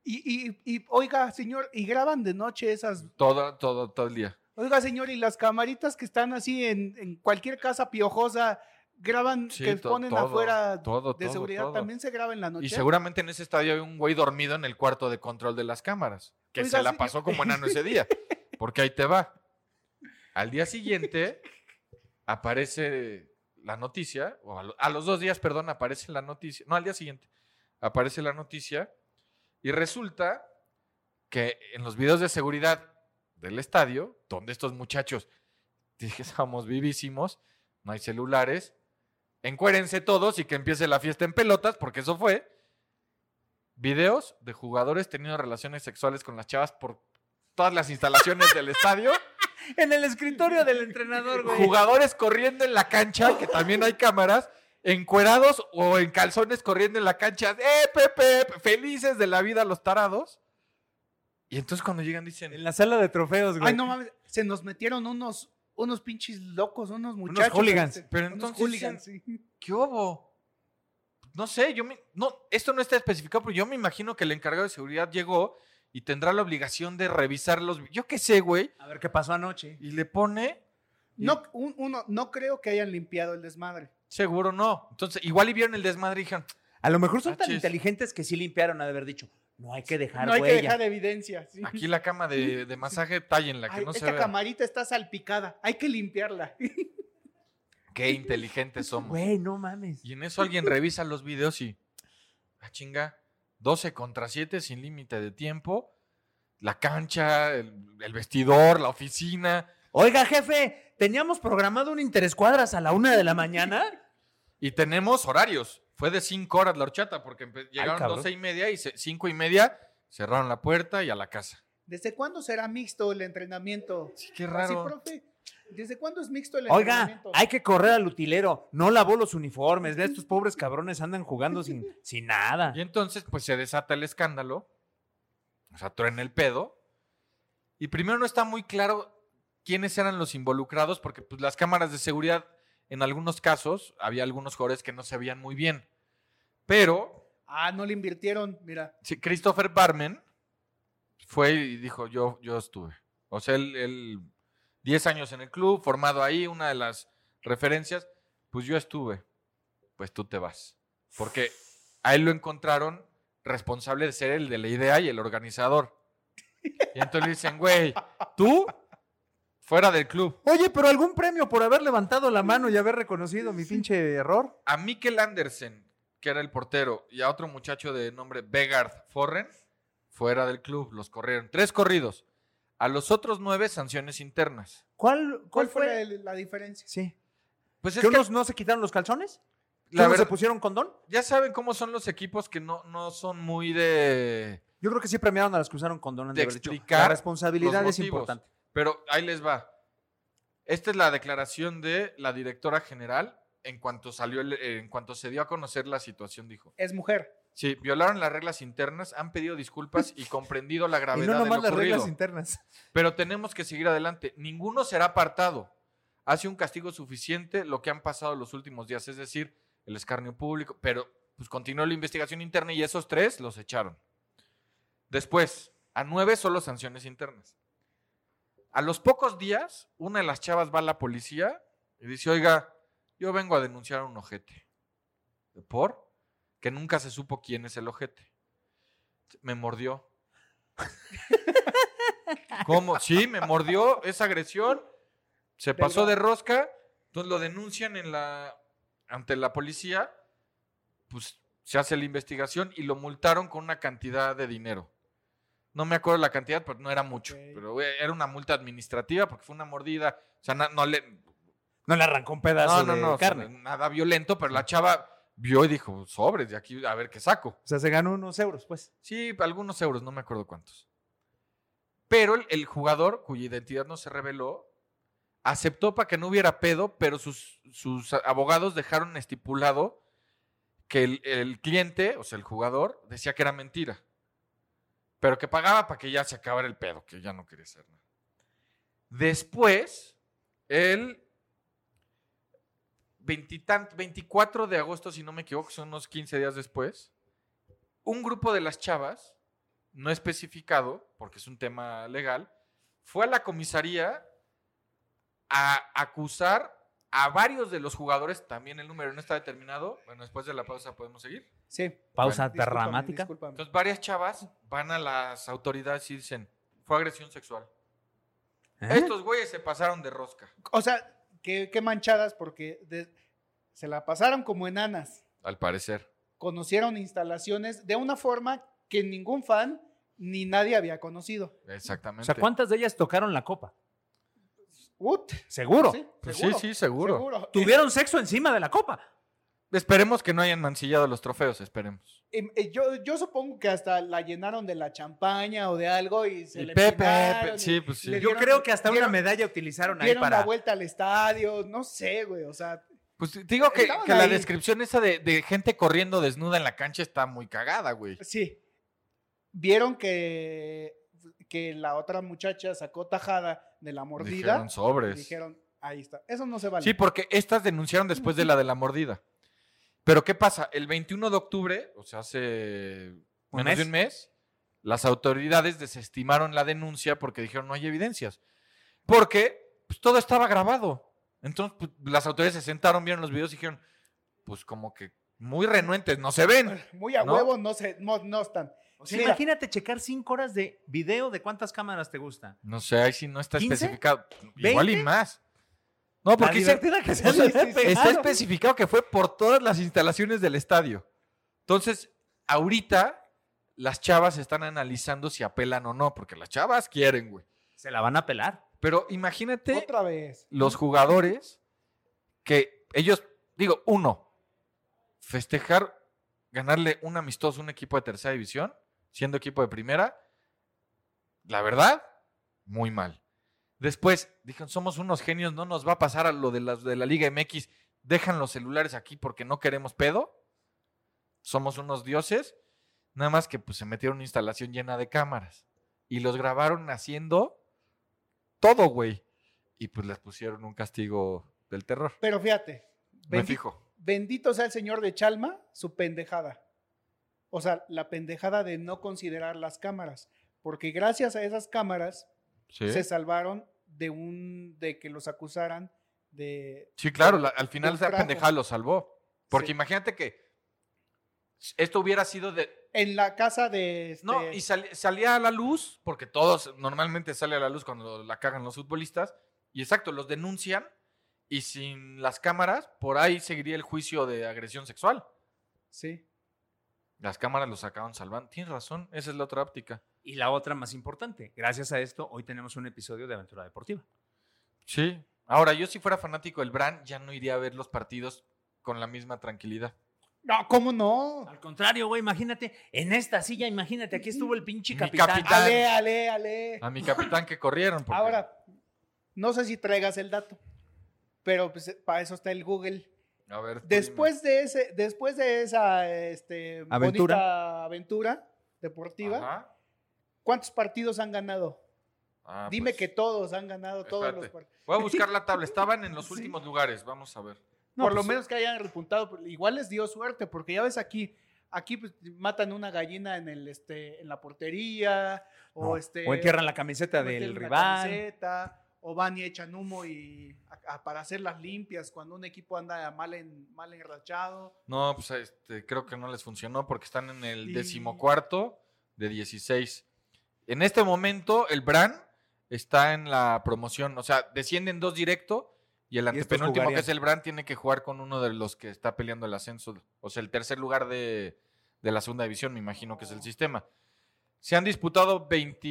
S4: oiga, señor, y graban de noche esas.
S5: Todo el día.
S4: Oiga, señor, y las camaritas que están así en cualquier casa piojosa, graban,
S5: Sí,
S4: que ponen afuera
S5: todo,
S4: de seguridad,
S5: todo.
S4: también se graba en la noche.
S5: Y seguramente en ese estadio hay un güey dormido en el cuarto de control de las cámaras, que
S4: Oiga,
S5: se la
S4: sí.
S5: pasó como enano ese día, porque ahí te va. Al día siguiente aparece la noticia, o a los 2 días, perdón, aparece la noticia, no, al día siguiente aparece la noticia y resulta que en los videos de seguridad del estadio, donde estos muchachos, dije, estamos vivísimos, no hay celulares, encuérense todos y que empiece la fiesta en pelotas, porque eso fue. Videos de jugadores teniendo relaciones sexuales con las chavas por todas las instalaciones del estadio.
S6: En el escritorio del entrenador, güey.
S5: Jugadores corriendo en la cancha, que también hay cámaras, encuerados o en calzones corriendo en la cancha. Pepe! Felices de la vida los tarados. Y entonces cuando llegan dicen...
S6: En la sala de trofeos, güey.
S4: Ay, no mames, se nos metieron unos pinches locos, unos muchachos.
S6: hooligans.
S5: Pero
S4: Unos
S5: entonces
S4: hooligans,
S5: dicen,
S4: sí.
S5: ¿qué hubo? No sé, esto no está especificado, pero yo me imagino que el encargado de seguridad llegó y tendrá la obligación de revisar yo qué sé, güey,
S6: A ver qué pasó anoche.
S5: y le pone,
S4: No creo que hayan limpiado el desmadre.
S5: seguro no. Entonces, igual y vieron el desmadre y dijeron,
S6: A lo mejor son tan
S5: Achis.
S6: inteligentes que sí limpiaron, ha de haber dicho, no hay que dejar
S4: No hay que
S6: huella.
S4: dejar evidencia. sí.
S5: aquí la cama de masaje, tállenla, que
S4: Ay,
S5: no se
S4: esta
S5: vea.
S4: camarita está salpicada, hay que limpiarla.
S5: Qué inteligentes somos.
S6: Güey, no mames.
S5: Y en eso alguien revisa los videos y, chinga, 12-7 sin límite de tiempo, la cancha, el vestidor, la oficina,
S6: Oiga, jefe, teníamos programado un interescuadras a la 1 de la mañana.
S5: y tenemos horarios. Fue de 5 horas la horchata, porque llegaron
S6: cabrón.
S5: 12:30 y 5:30 cerraron la puerta y a la casa.
S4: ¿Desde cuándo será mixto el entrenamiento?
S5: Sí, qué
S4: Así,
S5: raro.
S4: profe. ¿Desde cuándo es mixto el
S6: Oiga,
S4: entrenamiento?
S6: hay que correr al utilero. No lavó los uniformes. Ve, estos pobres cabrones andan jugando sin nada.
S5: Y entonces, pues se desata el escándalo, o sea, truena el pedo, y primero no está muy claro quiénes eran los involucrados, porque pues las cámaras de seguridad, en algunos casos, había algunos jugadores que no se veían muy bien. Pero,
S4: Ah, no le invirtieron, mira.
S5: sí, Christopher Barmen fue y dijo, yo estuve. O sea, él 10 años en el club, formado ahí, una de las referencias, pues yo estuve. Pues tú te vas. Porque a él lo encontraron responsable de ser el de la idea y el organizador. Y entonces le dicen, güey, tú fuera del club.
S6: Oye, pero algún premio por haber levantado la mano y haber reconocido mi pinche error.
S5: A Mikkel Andersen, que era el portero, y a otro muchacho de nombre Vegard Forren, fuera del club, los corrieron. 3 corridos. A los otros 9 sanciones internas.
S6: ¿Cuál
S4: ¿Cuál
S6: fue?
S4: fue la diferencia?
S6: Sí.
S5: Pues es
S6: ¿Que
S5: que
S6: unos no se quitaron los calzones? ¿Que
S5: la
S6: unos se
S5: verdad,
S6: pusieron condón?
S5: ya saben cómo son los equipos que no son muy de
S6: Yo creo que sí premiaron a los que usaron condón. han
S5: De
S6: haber dicho.
S5: explicar
S6: La responsabilidad
S5: los
S6: es
S5: motivos.
S6: importante.
S5: Pero ahí les va. Esta es la declaración de la directora general en cuanto en cuanto se dio a conocer la situación, dijo.
S4: Es mujer.
S5: Sí, violaron las reglas internas, han pedido disculpas y comprendido la
S6: Y
S5: gravedad
S6: no
S5: de
S6: nomás
S5: lo
S6: las
S5: ocurrido.
S6: reglas internas.
S5: Pero tenemos que seguir adelante. Ninguno será apartado. Hace un castigo suficiente lo que han pasado los últimos días, es decir, el escarnio público, pero pues continuó la investigación interna y esos 3 los echaron. Después, a 9 solo sanciones internas. A los pocos días, una de las chavas va a la policía y dice, oiga, yo vengo a denunciar a un ojete. ¿Por? Que nunca se supo quién es el ojete. Me mordió. ¿Cómo? Sí, me mordió, es agresión. Se pasó de rosca, entonces lo denuncian ante la policía, pues se hace la investigación y lo multaron con una cantidad de dinero. No me acuerdo la cantidad, pero no era mucho.
S4: Ok.
S5: Pero era una multa administrativa porque fue una mordida. O sea, no le
S6: arrancó un pedazo de
S5: o sea,
S6: carne.
S5: nada violento, pero la chava vio y dijo, sobres, de aquí a ver qué saco.
S6: O sea, se ganó unos euros, pues.
S5: Sí, algunos euros, no me acuerdo cuántos. Pero el jugador, cuya identidad no se reveló, aceptó para que no hubiera pedo, pero sus abogados dejaron estipulado que el cliente, o sea, el jugador, decía que era mentira. Pero que pagaba para que ya se acabara el pedo, que ya no quería hacer nada. Después, él 24 de agosto, si no me equivoco, son unos 15 días después, un grupo de las chavas, no especificado, porque es un tema legal, fue a la comisaría a acusar a varios de los jugadores, también el número no está determinado. Bueno, después de la pausa podemos seguir.
S4: Sí.
S6: Pausa
S4: Discúlpame,
S6: dramática.
S4: discúlpame.
S5: Entonces, varias chavas van a las autoridades y dicen, fue agresión sexual.
S6: ¿Eh?
S5: Estos güeyes se pasaron de rosca.
S4: O sea, qué manchadas porque se la pasaron como enanas.
S5: Al parecer.
S4: Conocieron instalaciones de una forma que ningún fan ni nadie había conocido.
S6: O
S5: Exactamente.
S6: sea, ¿cuántas de ellas tocaron la copa? Seguro.
S4: Sí,
S5: Pues
S4: seguro,
S5: sí, seguro.
S6: Tuvieron sexo encima de la copa.
S5: Esperemos que no hayan mancillado los trofeos, esperemos.
S4: Yo supongo que hasta la llenaron de la champaña o de algo y se
S5: Y
S4: le
S5: Pepe,
S4: peinaron
S5: sí,
S4: y
S5: pues sí.
S4: le
S6: Yo
S4: dieron-
S6: creo que hasta una
S4: dieron-
S6: medalla utilizaron ahí
S4: dieron
S6: para...
S4: la vuelta al estadio, no sé, güey, o sea,
S5: Pues te digo que
S4: Estaban
S5: la
S4: ahí.
S5: descripción esa de gente corriendo desnuda en la cancha está muy cagada, güey.
S4: sí. Vieron que la otra muchacha sacó tajada de la mordida.
S5: Dijeron sobres.
S4: Y dijeron, ahí está. Eso no se vale.
S5: Sí, porque estas denunciaron después de la mordida. Pero ¿qué pasa? El 21 de octubre, o sea, hace menos
S6: mes?
S5: de un mes, las autoridades desestimaron la denuncia porque dijeron no hay evidencias. Porque pues, todo estaba grabado. Entonces, pues, las autoridades se sentaron, vieron los videos y dijeron, pues como que muy renuentes, no se ven.
S4: Muy a
S5: ¿no?
S4: huevo no están.
S6: O sea,
S4: Mira,
S6: imagínate checar 5 horas de video de cuántas cámaras te gusta.
S5: No sé, ahí sí no está
S6: 15,
S5: especificado. Igual y
S6: 20.
S5: más. No, porque
S6: La
S5: dice-
S6: divertida que se
S5: o sea,
S6: han de haber
S5: está
S6: pegado.
S5: especificado que fue por todas las instalaciones del estadio. Entonces, ahorita las chavas están analizando si apelan o no, porque las chavas quieren, güey.
S6: Se la van a pelar.
S5: Pero imagínate
S4: otra vez.
S5: los jugadores que ellos, digo, festejar, ganarle un amistoso a un equipo de tercera división, siendo equipo de primera, la verdad, muy mal. Después, dijeron, somos unos genios, no nos va a pasar a lo de la Liga MX, dejan los celulares aquí porque no queremos pedo, somos unos dioses, nada más que pues se metieron una instalación llena de cámaras y los grabaron haciendo todo, güey, y pues les pusieron un castigo del terror.
S4: Pero fíjate.
S5: Me fijo.
S4: Bendito sea el señor de Chalma, su pendejada. O sea, la pendejada de no considerar las cámaras. Porque gracias a esas cámaras
S5: Sí,
S4: se salvaron de que los acusaran de...
S5: sí, claro, al final
S4: de
S5: esa
S4: ultrajo.
S5: pendejada lo salvó. Porque
S4: Sí.
S5: imagínate que esto hubiera sido de...
S4: En la casa de...
S5: No, y salía a la luz, porque todos normalmente sale a la luz cuando la cagan los futbolistas, y exacto, los denuncian, y sin las cámaras, por ahí seguiría el juicio de agresión sexual.
S4: Sí.
S5: Las cámaras los acaban salvando. Tienes razón, esa es la otra óptica.
S6: Y la otra más importante, gracias a esto, hoy tenemos un episodio de Aventura Deportiva.
S5: Sí. Ahora, yo si fuera fanático del Brand, ya no iría a ver los partidos con la misma tranquilidad.
S4: No, ¿cómo no?
S6: Al contrario, güey, imagínate, en esta silla, imagínate, aquí estuvo el pinche
S5: Mi
S6: capitán.
S5: capitán.
S4: Ale.
S5: A mi capitán que corrieron. porque-
S4: Ahora, no sé si traigas el dato, pero pues, para eso está el Google.
S5: A ver, tú
S4: Después de esa
S6: Aventura.
S4: bonita aventura deportiva,
S5: dime. Ajá.
S4: ¿cuántos partidos han ganado?
S5: Ah,
S4: Dime
S5: pues,
S4: que todos han ganado todos los
S5: espérate.
S4: partidos.
S5: Voy a buscar la tabla. Estaban en los
S4: Sí.
S5: últimos lugares. Vamos a ver.
S4: Por lo
S6: pues,
S4: menos que hayan repuntado, pues, igual les dio suerte, porque ya ves aquí pues, matan una gallina en la portería,
S6: No,
S4: o
S6: o entierran la camiseta
S4: o
S6: del
S4: entierran la
S6: rival.
S4: camiseta, o van y echan humo para hacerlas limpias cuando un equipo anda mal enrachado.
S5: No, pues creo que no les funcionó porque están en el
S4: Y-
S5: 14º de 16. En este momento, el Bran está en la promoción. O sea, descienden 2 directo y el
S6: estos
S5: antepenúltimo, que
S6: jugarían.
S5: es el Bran, tiene que jugar con uno de los que está peleando el ascenso. O sea, el tercer lugar de la segunda división, me imagino que es el sistema. Se han disputado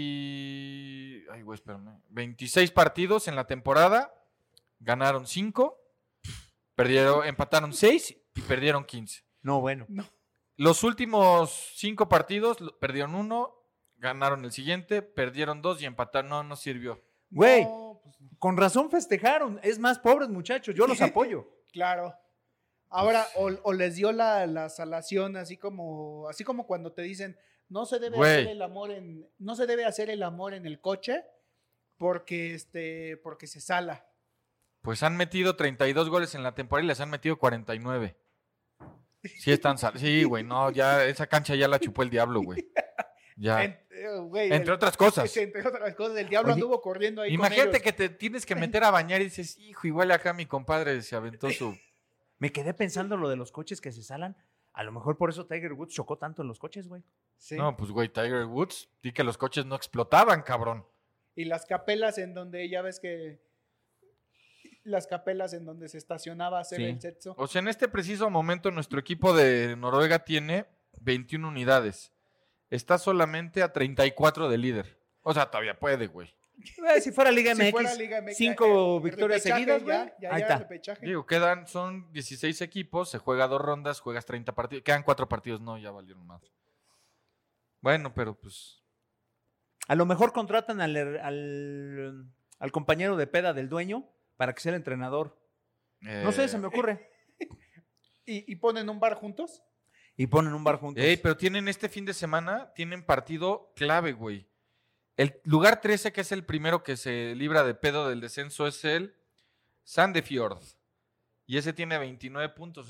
S5: 26 partidos en la temporada. Ganaron 5, empataron 6 y perdieron 15.
S6: No, bueno.
S5: Los últimos 5 partidos perdieron 1, ganaron el siguiente, perdieron 2 y empataron. No sirvió.
S6: Güey,
S4: No, pues,
S6: con razón festejaron. Es más, pobres muchachos, yo los apoyo.
S4: claro. Ahora, o les dio la salación, así como cuando te dicen, no se debe
S5: Güey.
S4: hacer el amor no se debe hacer el amor en el coche porque se sala.
S5: Pues han metido 32 goles en la temporada y les han metido 49. Sí, sí, güey, no, ya esa cancha ya la chupó el diablo, güey. Ya. Entre otras cosas.
S4: Entre otras cosas, el diablo anduvo corriendo ahí.
S5: Imagínate que te tienes que meter a bañar y dices, hijo, igual acá mi compadre se aventó su...
S6: Me quedé pensando lo de los coches que se salan. A lo mejor por eso Tiger Woods chocó tanto en los coches, güey.
S4: Sí.
S5: No, pues, güey, Tiger Woods, di que los coches no explotaban, cabrón.
S4: Y las capelas en donde, ya ves que... Las capelas en donde se estacionaba a hacer el sexo.
S5: O sea, en este preciso momento nuestro equipo de Noruega tiene 21 unidades. Está solamente a 34 de líder. O sea, todavía puede, güey.
S6: Si fuera Liga MX,
S4: Si fuera Liga MX,
S6: 5 victorias seguidas, güey.
S4: Ya
S6: Ahí está.
S4: repechaje.
S5: Digo, son 16 equipos, se juega 2 rondas, juegas 30 partidos. Quedan 4 partidos, no, ya valieron más. Bueno, pero pues...
S6: A lo mejor contratan al compañero de peda del dueño para que sea el entrenador. No sé, se me ocurre.
S4: ¿Y ponen un bar juntos?
S6: Y ponen un bar juntos.
S5: Pero tienen este fin de semana, tienen partido clave, güey. El lugar 13, que es el primero que se libra de pedo del descenso, es el Sandefjord. Y ese tiene 29 puntos.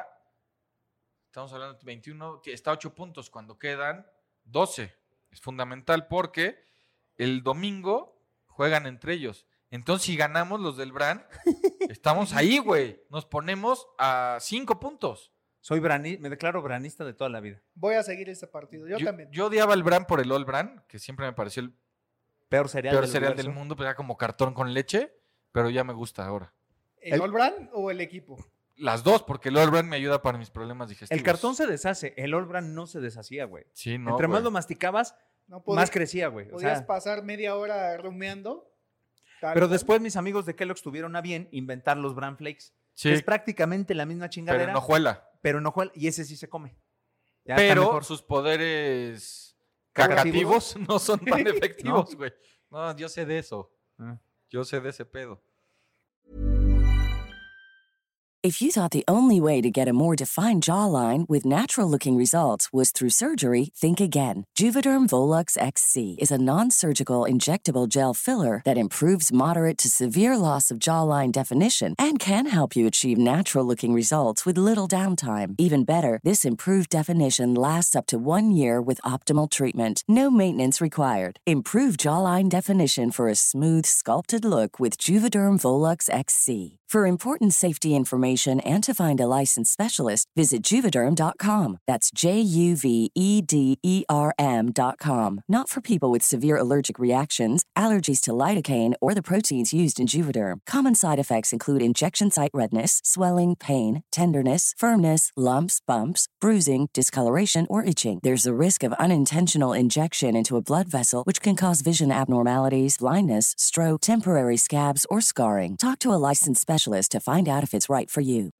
S5: Estamos hablando de 21, está a 8 puntos cuando quedan 12. Es fundamental porque el domingo juegan entre ellos. Entonces, si ganamos los del Bran, estamos ahí, güey. Nos ponemos a 5 puntos.
S6: Me declaro branista de toda la vida.
S4: Voy a seguir ese partido. Yo también.
S5: Yo odiaba al Bran por el All Bran, que siempre me pareció el
S6: peor cereal
S5: del mundo, pero era como cartón con leche, pero ya me gusta ahora.
S4: ¿El All Bran o el equipo?
S5: Las dos, porque el All Bran me ayuda para mis problemas digestivos.
S6: El cartón se deshace, el All Bran no se deshacía, güey.
S5: Sí, no,
S6: Entre más lo masticabas, más crecía, güey.
S4: Podías pasar media hora rumeando.
S6: Pero después mis amigos de Kellogg's tuvieron a bien inventar los Bran Flakes. Sí. Es prácticamente la misma chingadera.
S5: Pero no juela.
S6: Y ese sí se come.
S5: Ya pero sus poderes cagativos no son tan efectivos, güey. No, yo sé de eso. Yo sé de ese pedo.
S7: If you thought the only way to get a more defined jawline with natural-looking results was through surgery, think again. Juvederm Volux XC is a non-surgical injectable gel filler that improves moderate to severe loss of jawline definition and can help you achieve natural-looking results with little downtime. Even better, this improved definition lasts up to 1 year with optimal treatment. No maintenance required. Improve jawline definition for a smooth, sculpted look with Juvederm Volux XC. For important safety information and to find a licensed specialist, visit Juvederm.com. That's JUVEDERM.com. Not for people with severe allergic reactions, allergies to lidocaine, or the proteins used in Juvederm. Common side effects include injection site redness, swelling, pain, tenderness, firmness, lumps, bumps, bruising, discoloration, or itching. There's a risk of unintentional injection into a blood vessel, which can cause vision abnormalities, blindness, stroke, temporary scabs, or scarring. Talk to a licensed specialist to find out if it's right for you.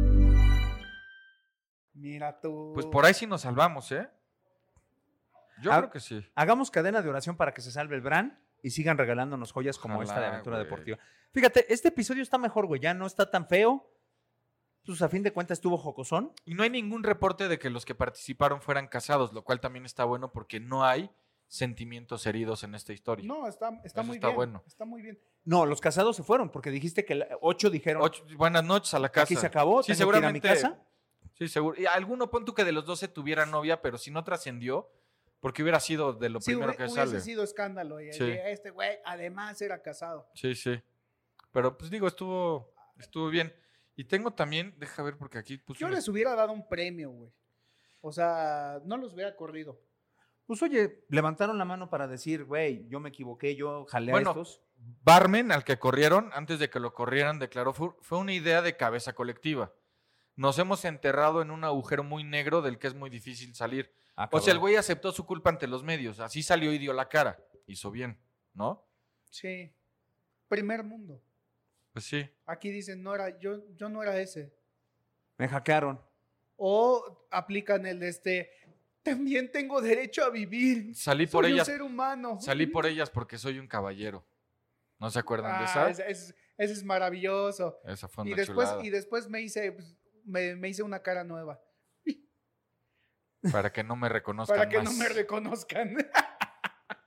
S4: Mira tú.
S5: Pues por ahí sí nos salvamos, ¿eh? Yo creo que sí.
S6: Hagamos cadena de oración para que se salve el Bran y sigan regalándonos joyas como esta de Aventura Deportiva. Fíjate, este episodio está mejor, güey. Ya no está tan feo. Pues a fin de cuentas estuvo jocosón.
S5: Y no hay ningún reporte de que los que participaron fueran casados, lo cual también está bueno porque no hay sentimientos heridos en esta historia.
S4: No, está muy
S5: bien.
S4: Bueno. Está muy bien.
S6: No, los casados se fueron porque dijiste que 8 dijeron.
S5: 8, buenas noches a la casa.
S6: Aquí se acabó.
S5: Sí, seguramente. Que ir a mi casa. Sí, seguro. Y alguno pon tú que de los 12 tuviera novia, pero si no trascendió, porque hubiera sido de lo primero que sale.
S4: Sí, hubiese sido escándalo. Y sí. Este güey además era casado.
S5: Sí. Pero pues digo, estuvo bien. Y tengo también, deja ver porque aquí
S4: yo les hubiera dado un premio, güey. O sea, no los hubiera corrido.
S6: Pues oye, levantaron la mano para decir, güey, yo me equivoqué, yo jalé a estos.
S5: Barmen, al que corrieron, antes de que lo corrieran, declaró, fue una idea de cabeza colectiva. Nos hemos enterrado en un agujero muy negro del que es muy difícil salir. O sea, el güey aceptó su culpa ante los medios. Así salió y dio la cara. Hizo bien, ¿no?
S4: Sí. Primer mundo.
S5: Pues sí.
S4: Aquí dicen, yo no era ese.
S6: Me hackearon.
S4: O aplican el también tengo derecho a vivir.
S5: Salí por ellas.
S4: Soy un ser humano.
S5: Salí por ellas porque soy un caballero. ¿No se acuerdan de esa?
S4: Ese es maravilloso.
S5: Esa fue una chulada.
S4: Y después me hice una cara nueva.
S5: Para que no me reconozcan
S4: Para que no me reconozcan.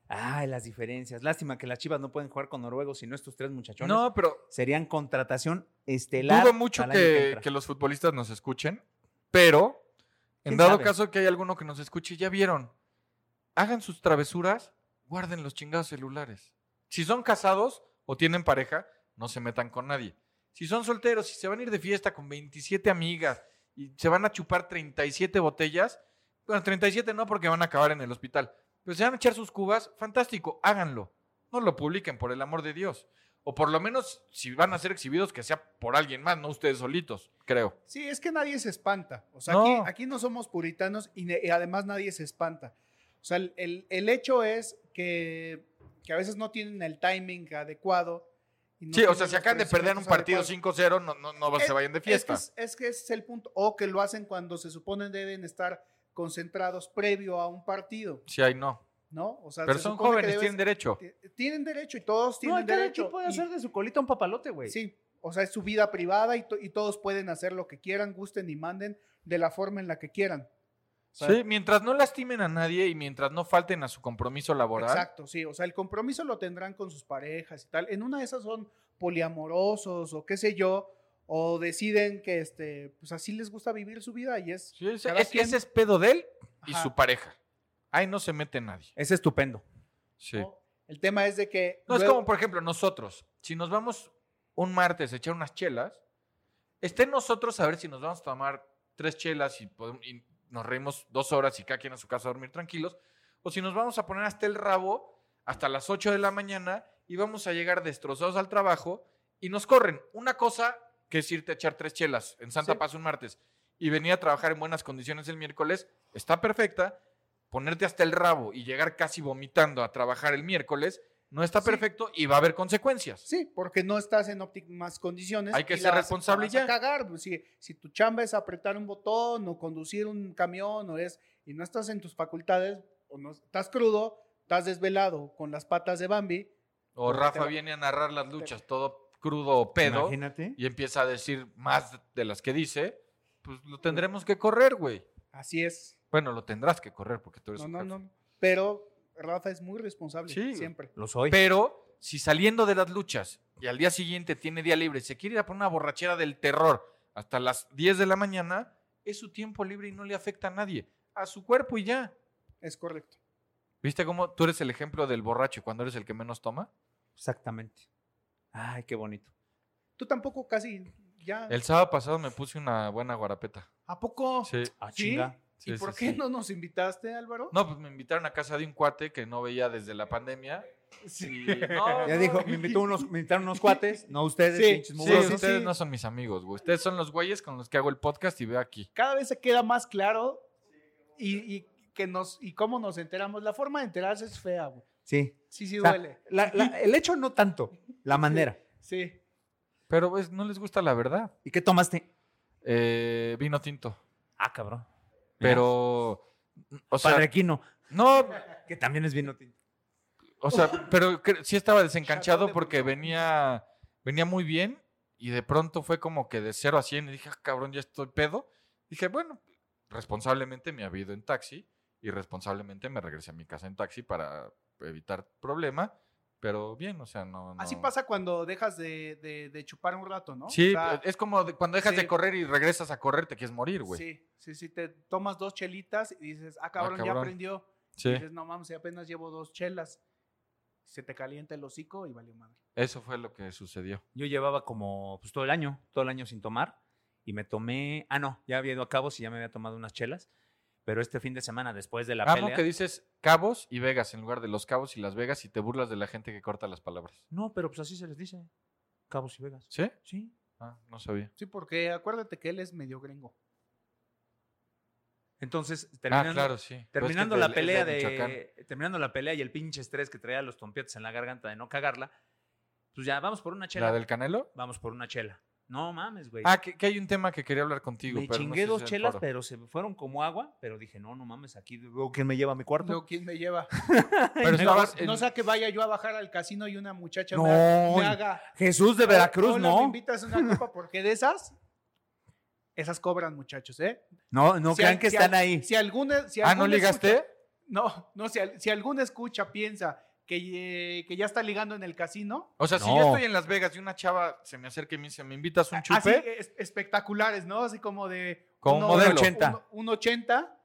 S6: Ay, las diferencias. Lástima que las Chivas no pueden jugar con noruegos, sino estos 3 muchachones.
S5: No, pero
S6: Serían contratación estelar.
S5: dudo mucho
S6: para el año que entra.
S5: que los futbolistas nos escuchen, pero en
S6: ¿Quién
S5: dado
S6: sabe?
S5: caso que hay alguno que nos escuche, ya vieron, hagan sus travesuras, guarden los chingados celulares. Si son casados o tienen pareja, no se metan con nadie. Si son solteros, si se van a ir de fiesta con 27 amigas y se van a chupar 37 botellas, bueno, 37 no porque van a acabar en el hospital, pero se van a echar sus cubas, fantástico, háganlo. No lo publiquen, por el amor de Dios. O por lo menos, si van a ser exhibidos, que sea por alguien más, no ustedes solitos, creo.
S4: Sí, es que nadie se espanta. O sea,
S5: No.
S4: aquí no somos puritanos y además nadie se espanta. O sea, el hecho es que a veces no tienen el timing adecuado. Y no
S5: Sí, o
S4: tienen
S5: sea, si
S4: los
S5: acaban de perder un partido
S4: adecuados.
S5: 5-0, no se vayan de fiesta.
S4: Es que ese es el punto. O que lo hacen cuando se supone deben estar concentrados previo a un partido,
S5: Sí, ahí no.
S4: ¿no? O sea,
S5: Pero
S4: se
S5: son
S4: supone que
S5: jóvenes,
S4: debes-
S5: tienen derecho.
S4: Tienen derecho y todos
S6: No,
S4: tienen
S6: cada
S4: derecho.
S6: quien puede
S4: y-
S6: hacer de su colita un papalote, güey.
S4: Sí, o sea, es su vida privada y todos pueden hacer lo que quieran, gusten y manden de la forma en la que quieran. O sea,
S5: Sí, mientras no lastimen a nadie y mientras no falten a su compromiso laboral.
S4: exacto, sí. O sea, el compromiso lo tendrán con sus parejas y tal. En una de esas son poliamorosos o qué sé yo, o deciden que pues así les gusta vivir su vida y es.
S5: Sí,
S4: cada
S5: es que
S4: quien,
S5: ese es pedo de él y
S4: Ajá.
S5: su pareja. Ahí no se mete nadie.
S6: Es estupendo.
S5: Sí.
S4: ¿no? El tema es de que.
S5: No, es
S4: luego-
S5: como, por ejemplo, nosotros. Si nos vamos un martes a echar unas chelas, está en nosotros saber si nos vamos a tomar 3 chelas y nos reímos 2 horas y cada quien a su casa a dormir tranquilos, o si nos vamos a poner hasta el rabo hasta las 8 de la mañana y vamos a llegar destrozados al trabajo y nos corren. Una cosa que es irte a echar 3 chelas en Santa
S4: Sí.
S5: Paz un martes y venir a trabajar en buenas condiciones el miércoles, está perfecta. Ponerte hasta el rabo y llegar casi vomitando a trabajar el miércoles, no está
S4: Sí.
S5: perfecto y va a haber consecuencias.
S4: Sí, porque no estás en óptimas condiciones.
S5: Hay que
S4: y
S5: ser
S4: la
S5: responsable y
S4: vas a
S5: ya.
S4: cagar. Pues, si tu chamba es apretar un botón o conducir un camión y no estás en tus facultades o no estás crudo, estás desvelado con las patas de Bambi.
S5: O
S4: Porque
S5: Rafa
S4: te va-
S5: viene a narrar las luchas todo crudo o pedo
S6: Imagínate.
S5: y empieza a decir más de las que dice, pues lo tendremos que correr, güey.
S4: Así es.
S5: Bueno, lo tendrás que correr porque tú eres
S4: No,
S5: su
S4: no,
S5: jefe.
S4: no. Pero Rafa es muy responsable,
S5: Sí.
S4: siempre.
S6: Lo soy.
S5: Pero si saliendo de las luchas y al día siguiente tiene día libre y se quiere ir a poner una borrachera del terror hasta las 10 de la mañana, es su tiempo libre y no le afecta a nadie, a su cuerpo y ya.
S4: Es correcto.
S5: ¿Viste cómo tú eres el ejemplo del borracho cuando eres el que menos toma?
S6: Exactamente. Ay, qué bonito.
S4: Tú tampoco casi ya.
S5: El sábado pasado me puse una buena guarapeta.
S4: ¿A poco?
S5: Sí.
S6: Ah,
S4: ¿Sí?
S6: chinga.
S4: ¿Y
S5: Sí,
S4: por
S5: sí,
S4: qué
S5: sí.
S4: no nos invitaste, Álvaro?
S5: No, pues me invitaron a casa de un cuate que no veía desde la pandemia. Y no,
S6: Ya
S5: no.
S6: dijo, me invitaron unos cuates, no ustedes,
S4: Sí,
S6: pinches
S5: Sí,
S6: mugrosos.
S5: ustedes no son mis amigos, güey. Ustedes son los güeyes con los que hago el podcast y veo aquí.
S4: Cada vez se queda más claro y cómo nos enteramos. La forma de enterarse es fea, güey.
S6: Sí.
S4: Sí,
S6: O sea,
S4: duele.
S6: el hecho no tanto, la manera.
S4: Sí.
S5: Pero pues no les gusta la verdad.
S6: ¿Y qué tomaste?
S5: Vino tinto.
S6: Ah, cabrón.
S5: Pero, o sea,
S6: Padre Quino,
S5: no,
S6: que también es vino tinto.
S5: o sea, pero sí estaba desencanchado
S4: Chardonnay de
S5: porque
S4: Bordeaux.
S5: venía muy bien y de pronto fue como que de 0 a 100 y dije, ah, cabrón, ya estoy pedo. Dije, bueno, responsablemente me había ido en taxi y responsablemente me regresé a mi casa en taxi para evitar problema, pero bien, o sea, no.
S4: Así pasa cuando dejas de chupar un rato, ¿no?
S5: Sí,
S4: O sea,
S5: es como cuando dejas
S4: sí.
S5: de correr y regresas a correr, te quieres morir, güey.
S4: sí, te tomas 2 chelitas y dices, ah, cabrón, ya
S5: cabrón.
S4: aprendió.
S5: Sí,
S4: Y dices, no mames, apenas llevo 2 chelas. Se te calienta el hocico y valió madre.
S5: eso fue lo que sucedió.
S6: Yo llevaba como pues, todo el año sin tomar y me tomé, no, ya había ido a Cabos y ya me había tomado unas chelas, pero este fin de semana después de la
S5: Amo
S6: pelea.
S5: que dices Cabos y Vegas en lugar de Los Cabos y Las Vegas y te burlas de la gente que corta las palabras.
S6: No, pero pues así se les dice. Cabos y Vegas.
S5: ¿Sí?
S6: Sí.
S5: Ah, no sabía.
S4: Sí, porque acuérdate que él es medio gringo.
S6: Entonces,
S5: Ah, claro, sí. Pero es que
S6: terminando
S5: es
S6: la
S5: de- es
S6: pelea
S5: Michoacán.
S6: terminando la pelea y el pinche estrés que traía los tompietes en la garganta de no cagarla, pues ya vamos por una chela.
S5: ¿La del Canelo?
S6: Vamos por una chela. No mames, güey.
S5: Ah, que hay un tema que quería hablar contigo.
S6: me
S5: pero no
S6: chingué
S5: sé
S6: 2
S5: si es el
S6: chelas,
S5: foro.
S6: pero se me fueron como agua, pero dije, no mames, aquí veo quién me lleva a mi cuarto.
S4: Luego, ¿quién me lleva?
S5: Pero
S4: No,
S5: estabas en-
S4: no sea que vaya yo a bajar al casino y una muchacha
S6: No,
S4: me haga.
S6: Jesús de Veracruz,
S4: Hola, ¿me
S6: no.
S4: invitas a una copa? Porque de esas cobran, muchachos, ¿eh?
S6: No
S4: Si
S6: crean
S4: al-
S6: que
S4: si
S6: están
S4: al-
S6: ahí.
S4: Si alguna. Si
S5: Ah, ¿no
S4: alguna
S5: ligaste?
S4: No, si alguna escucha piensa que ya está ligando en el casino.
S5: O sea, si
S6: No.
S5: yo estoy en Las Vegas y una chava se me acerca y me dice, ¿me invitas un chupe?
S4: Así espectaculares, ¿no? Así como de...
S5: Como
S4: uno-
S5: modelo.
S6: 1.80.
S4: un 80,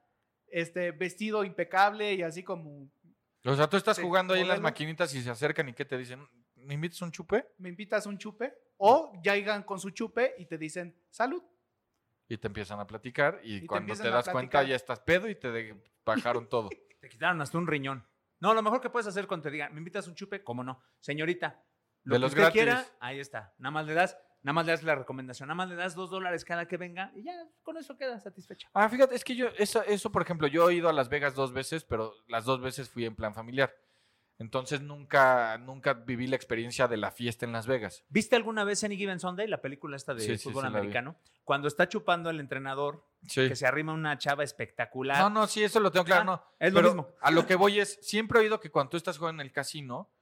S4: vestido impecable y así como...
S5: O sea, tú estás
S4: Sí,
S5: jugando ahí en las
S4: modelo.
S5: maquinitas y se acercan y ¿qué te dicen? ¿Me invitas un chupe?
S4: ¿Me invitas un chupe? O llegan con su chupe y te dicen, salud.
S5: Y te empiezan a platicar y
S4: te
S5: cuando te
S4: empiezan a
S5: das cuenta
S4: platicar.
S5: ya estás pedo y bajaron todo.
S6: Te quitaron hasta un riñón. No, lo mejor que puedes hacer cuando te digan, ¿me invitas un chupe? ¿Cómo no? Señorita, lo
S5: De
S6: que
S5: los
S6: usted
S5: gratis.
S6: quiera, ahí está. Nada más le das la recomendación. Nada más le das $2 cada que venga y ya con eso queda satisfecha.
S5: Ah, fíjate, es que eso, por ejemplo, yo he ido a Las Vegas 2 veces, pero las 2 veces fui en plan familiar. Entonces nunca viví la experiencia de la fiesta en Las Vegas.
S6: ¿Viste alguna vez Any Given Sunday, la película esta de
S5: Sí, sí,
S6: fútbol
S5: sí, la vi.
S6: americano? Cuando está chupando el entrenador,
S5: Sí.
S6: que se arrima una chava espectacular.
S5: No, sí, eso lo tengo claro,
S6: Ah,
S5: no.
S6: es lo
S5: Pero
S6: mismo.
S5: A lo que voy es, siempre he oído que cuando tú estás jugando en el casino,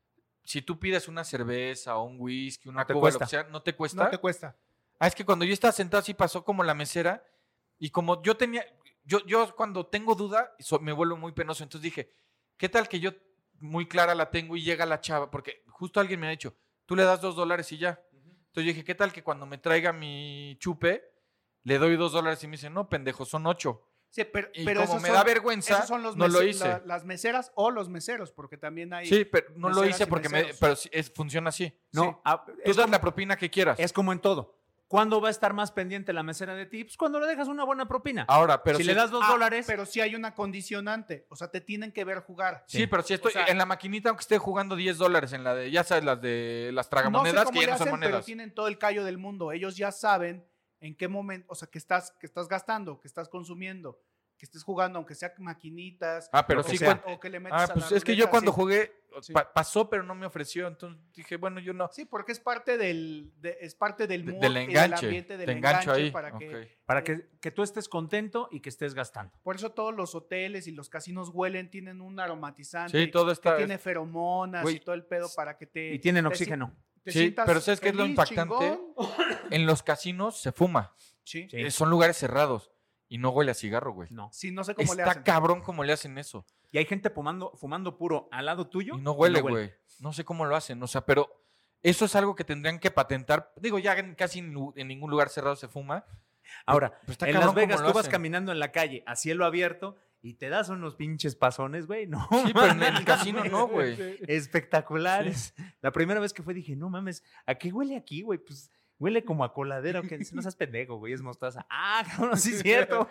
S5: si tú pides una cerveza o un whisky, una
S6: No te
S5: cuba, lo
S6: cuesta.
S5: que sea, ¿no te cuesta?
S4: No te cuesta.
S5: Ah, es que cuando yo estaba sentado así pasó como la mesera y como yo tenía, yo cuando tengo duda me vuelvo muy penoso, entonces dije, ¿qué tal que yo muy clara la tengo y llega la chava? Porque justo alguien me ha dicho, tú le das $2 y ya. Entonces yo dije, ¿qué tal que cuando me traiga mi chupe le doy $2 y me dice, no, pendejo, son 8?
S4: Sí, pero
S5: Y
S4: pero
S5: como
S4: esos
S5: me
S4: son-
S5: da vergüenza,
S4: esos son los
S5: no lo
S4: mese-
S5: hice.
S4: las meseras o los meseros, porque también hay...
S5: Sí, pero no lo
S4: meseras
S5: hice
S4: y
S5: porque
S4: meseros.
S5: pero funciona así.
S6: No,
S4: Sí.
S5: Tú
S6: es,
S5: das
S6: como,
S5: la propina que quieras.
S6: es como en todo. ¿Cuándo va a estar más pendiente la mesera de ti? Pues cuando le dejas una buena propina.
S5: Ahora, pero
S6: si le das $2,
S4: Pero sí hay una condicionante, o sea, te tienen que ver jugar.
S5: Sí, pero si estoy
S4: O sea,
S5: en la maquinita, aunque esté jugando $10 en la de, ya sabes, las de las
S4: No sé
S5: tragamonedas,
S4: cómo
S5: que ya
S4: le
S5: no son
S4: hacen, pero
S5: monedas.
S4: tienen todo el callo del mundo. Ellos ya saben en qué momento, o sea, que estás gastando, que estás consumiendo, que estés jugando, aunque sea maquinitas.
S5: Ah, pero
S6: Lo que
S5: sí
S6: sea.
S5: cuenta.
S4: O que le metes
S5: Ah,
S4: a la
S5: pues es que yo
S4: ruleta,
S5: cuando
S4: sí.
S5: jugué,
S4: Sí.
S5: pasó, pero no me ofreció. Entonces dije, bueno, yo no.
S4: Sí, porque es parte del mood
S5: Del
S4: y
S5: enganche.
S4: ambiente del
S5: Te engancho
S4: enganche
S5: ahí.
S4: para que
S5: Ok.
S6: para que tú estés contento y que estés gastando.
S4: por eso todos los hoteles y los casinos huelen, tienen un aromatizante,
S5: Sí, todo
S4: que
S5: está.
S4: tiene feromonas
S5: Güey,
S4: y todo el pedo para que te
S6: Y tienen
S4: te
S6: oxígeno.
S4: te
S5: Sí,
S4: sientas
S5: pero ¿sabes qué es lo
S4: feliz,
S5: impactante?
S4: chingón.
S5: En los casinos se fuma.
S4: Sí.
S6: Sí.
S5: Son lugares cerrados y no huele a cigarro, güey.
S6: No.
S4: Sí, no sé cómo le
S5: Está
S4: hacen.
S5: cabrón cómo le hacen eso.
S6: Y hay gente fumando puro al lado tuyo.
S5: Y no huele, güey. No sé cómo lo hacen. O sea, pero eso es algo que tendrían que patentar. Digo, ya casi en ningún lugar cerrado se fuma.
S6: Ahora,
S5: Pero está
S6: en
S5: cabrón
S6: Las Vegas
S5: cómo lo
S6: tú vas
S5: hacen.
S6: caminando en la calle a cielo abierto y te das unos pinches pasones, güey. No,
S5: Sí, pero en el
S6: mames,
S5: casino no, güey.
S6: Espectaculares. La primera vez que fue dije, no mames, ¿a qué huele aquí, güey? Pues huele como a coladera. Que no seas pendejo, güey, es mostaza. Ah, cabrón, sí es cierto.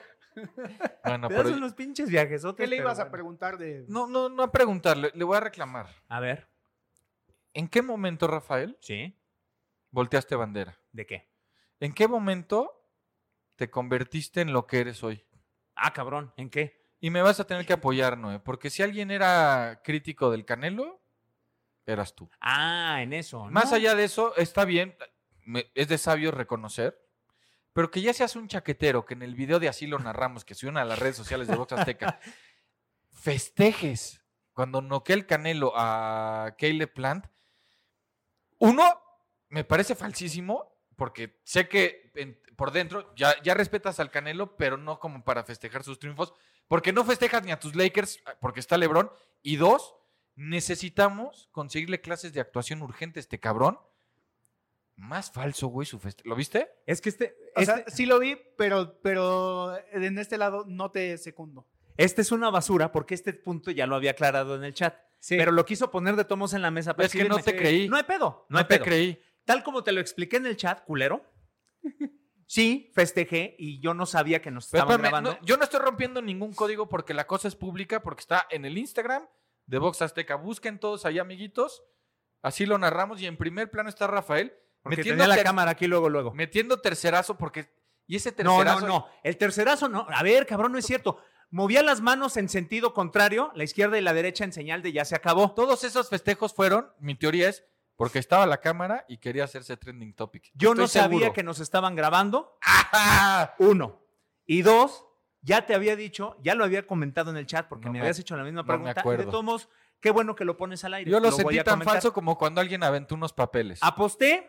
S5: Bueno,
S6: Te das
S5: pero
S6: unos pinches viajes.
S4: ¿Qué le ibas a preguntar de
S5: no a preguntarle, le voy a reclamar.
S6: A ver.
S5: ¿En qué momento, Rafael,
S6: ¿Sí?
S5: volteaste bandera?
S6: ¿De qué?
S5: ¿En qué momento te convertiste en lo que eres hoy?
S6: Ah, cabrón, ¿en qué?
S5: Y me vas a tener que apoyar, Noé, porque si alguien era crítico del Canelo, eras tú.
S6: Ah, en eso.
S5: Más
S6: ¿no?
S5: allá de eso, está bien, es de sabios reconocer, pero que ya seas un chaquetero, que en el video de Así lo narramos, que subieron a las redes sociales de Box Azteca, festejes cuando noquea el Canelo a Caleb Plant. Uno, me parece falsísimo, porque sé que por dentro ya respetas al Canelo, pero no como para festejar sus triunfos, porque no festejas ni a tus Lakers, porque está LeBron. Y dos, necesitamos conseguirle clases de actuación urgente a este cabrón. Más falso, güey, su festejo. ¿Lo viste?
S6: Es que
S4: O sea, sí lo vi, pero en este lado no te secundo.
S6: este es una basura porque este punto ya lo había aclarado en el chat.
S4: Sí.
S6: Pero lo quiso poner de tomos en la mesa para
S5: Es que no
S6: exhibirme.
S5: te creí.
S6: No hay pedo. No, hay
S5: te
S6: pedo.
S5: creí.
S6: Tal como te lo expliqué en el chat, culero. Sí, festejé y yo no sabía que nos
S5: Pero
S6: estaban
S5: espérame,
S6: grabando.
S5: yo no estoy rompiendo ningún código porque la cosa es pública, porque está en el Instagram de Box Azteca. Busquen todos ahí, amiguitos. Así lo narramos y en primer plano está Rafael
S6: Porque tenía la cámara aquí luego.
S5: metiendo tercerazo porque... Y ese
S6: No,
S5: tercerazo...
S6: no. El tercerazo no. A ver, cabrón, no es cierto. Movía las manos en sentido contrario, la izquierda y la derecha en señal de ya se acabó.
S5: Todos esos festejos fueron, mi teoría es, porque estaba la cámara y quería hacerse trending topic.
S6: Yo no
S5: Estoy
S6: sabía
S5: seguro.
S6: que nos estaban grabando.
S5: ¡Ah!
S6: Uno. Y dos, ya te había dicho, ya lo había comentado en el chat porque
S5: No
S6: me
S5: me-
S6: habías hecho la misma
S5: no me
S6: pregunta. Y
S5: acuerdo.
S6: de todos modos, qué bueno que lo pones al aire.
S5: Yo lo
S6: voy
S5: sentí
S6: a
S5: tan
S6: comentar.
S5: falso como cuando alguien aventó unos papeles.
S6: Aposté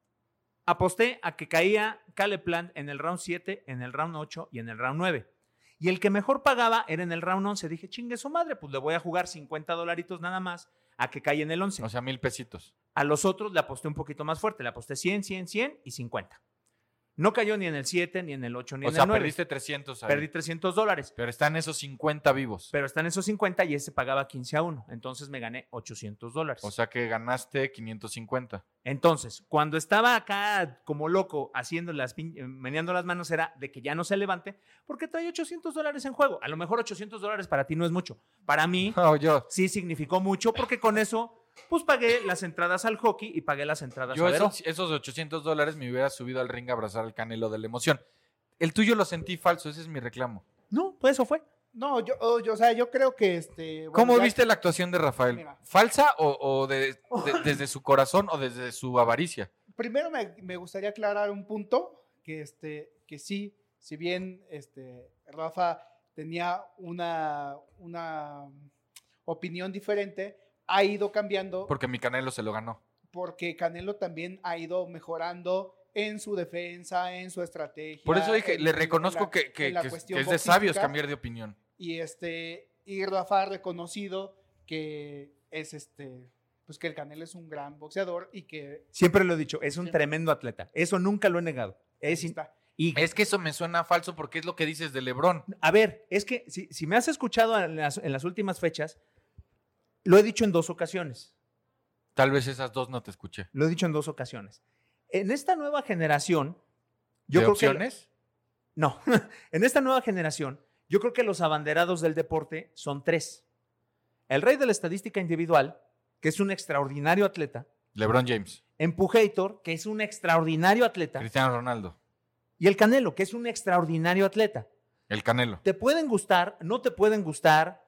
S6: a que caía Caleb Plant en el round 7, en el round 8 y en el round 9. Y el que mejor pagaba era en el round 11. Dije, chingue su madre, pues le voy a jugar $50 nada más a que cae en el 11.
S5: O sea, 1,000 pesitos.
S6: A los otros le aposté un poquito más fuerte. Le aposté 100, 100, 100 y 50. No cayó ni en el 7, ni en el 8, ni
S5: O
S6: en
S5: sea,
S6: el 9.
S5: perdiste 300 ahí.
S6: Perdí $300.
S5: Pero están esos 50 vivos.
S6: Pero están esos 50 y ese pagaba 15-1. Entonces me gané $800.
S5: O sea que ganaste 550.
S6: Entonces, cuando estaba acá como loco haciendo meneando las manos era de que ya no se levante porque trae $800 en juego. A lo mejor $800 para ti no es mucho. Para mí
S5: No, yo
S6: sí significó mucho porque con eso pues pagué las entradas al hockey y pagué las entradas a Veró.
S5: esos $800 me hubiera subido al ring a abrazar al Canelo de la emoción. El tuyo lo sentí falso, ese es mi reclamo.
S6: No, pues eso fue.
S4: No, yo creo que bueno,
S5: ¿Cómo
S4: ya-
S5: viste la actuación de Rafael?
S4: Mira.
S5: ¿Falsa o desde su corazón o desde su avaricia?
S4: Primero me gustaría aclarar un punto, que sí, si bien Rafa tenía una opinión diferente, ha ido cambiando
S5: Porque mi Canelo se lo ganó.
S4: porque Canelo también ha ido mejorando en su defensa, en su estrategia.
S5: Por eso dije,
S4: en-
S5: le
S4: en
S5: reconozco
S4: la-
S5: que
S4: en la
S5: es
S4: cuestión
S5: de sabios
S4: boxística.
S5: cambiar de opinión.
S4: Y Rafa ha reconocido que es pues que el Canelo es un gran boxeador y que
S6: Siempre lo he dicho, es un
S4: Sí.
S6: tremendo atleta. Eso nunca lo he negado. Es
S4: está.
S6: y
S5: Es que eso me suena falso porque es lo que dices de LeBron.
S6: a ver, es que si me has escuchado en las últimas fechas, lo he dicho en 2 ocasiones.
S5: Tal vez esas dos no te escuché.
S6: Lo he dicho en 2 ocasiones. En esta nueva generación, yo
S5: ¿De
S6: creo
S5: opciones?
S6: no, en esta nueva generación, yo creo que los abanderados del deporte son 3. El rey de la estadística individual, que es un extraordinario atleta,
S5: LeBron James,
S6: Empujator, que es un extraordinario atleta,
S5: Cristiano Ronaldo,
S6: y el Canelo, que es un extraordinario atleta.
S5: el Canelo.
S6: Te pueden gustar, no te pueden gustar.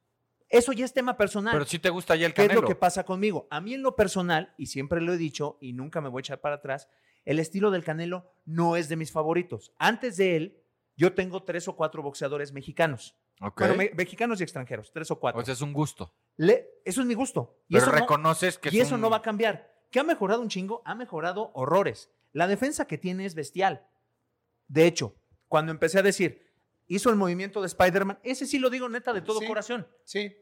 S6: Eso ya es tema personal.
S5: Pero sí te gusta ya el
S6: ¿Qué es
S5: Canelo.
S6: lo que pasa conmigo? A mí en lo personal, y siempre lo he dicho y nunca me voy a echar para atrás, el estilo del Canelo no es de mis favoritos. Antes de él, yo tengo 3 o 4 boxeadores mexicanos.
S5: Ok.
S6: Bueno, mexicanos y extranjeros, 3 o 4.
S5: O sea, es un gusto.
S6: Eso es mi gusto. Y
S5: Pero
S6: eso
S5: reconoces que
S6: y
S5: es
S6: eso no va a cambiar. ¿Qué ha mejorado un chingo? Ha mejorado horrores. La defensa que tiene es bestial. De hecho, cuando empecé a decir, hizo el movimiento de Spider-Man, ese sí lo digo neta de todo
S4: Sí.
S6: corazón.
S4: Sí,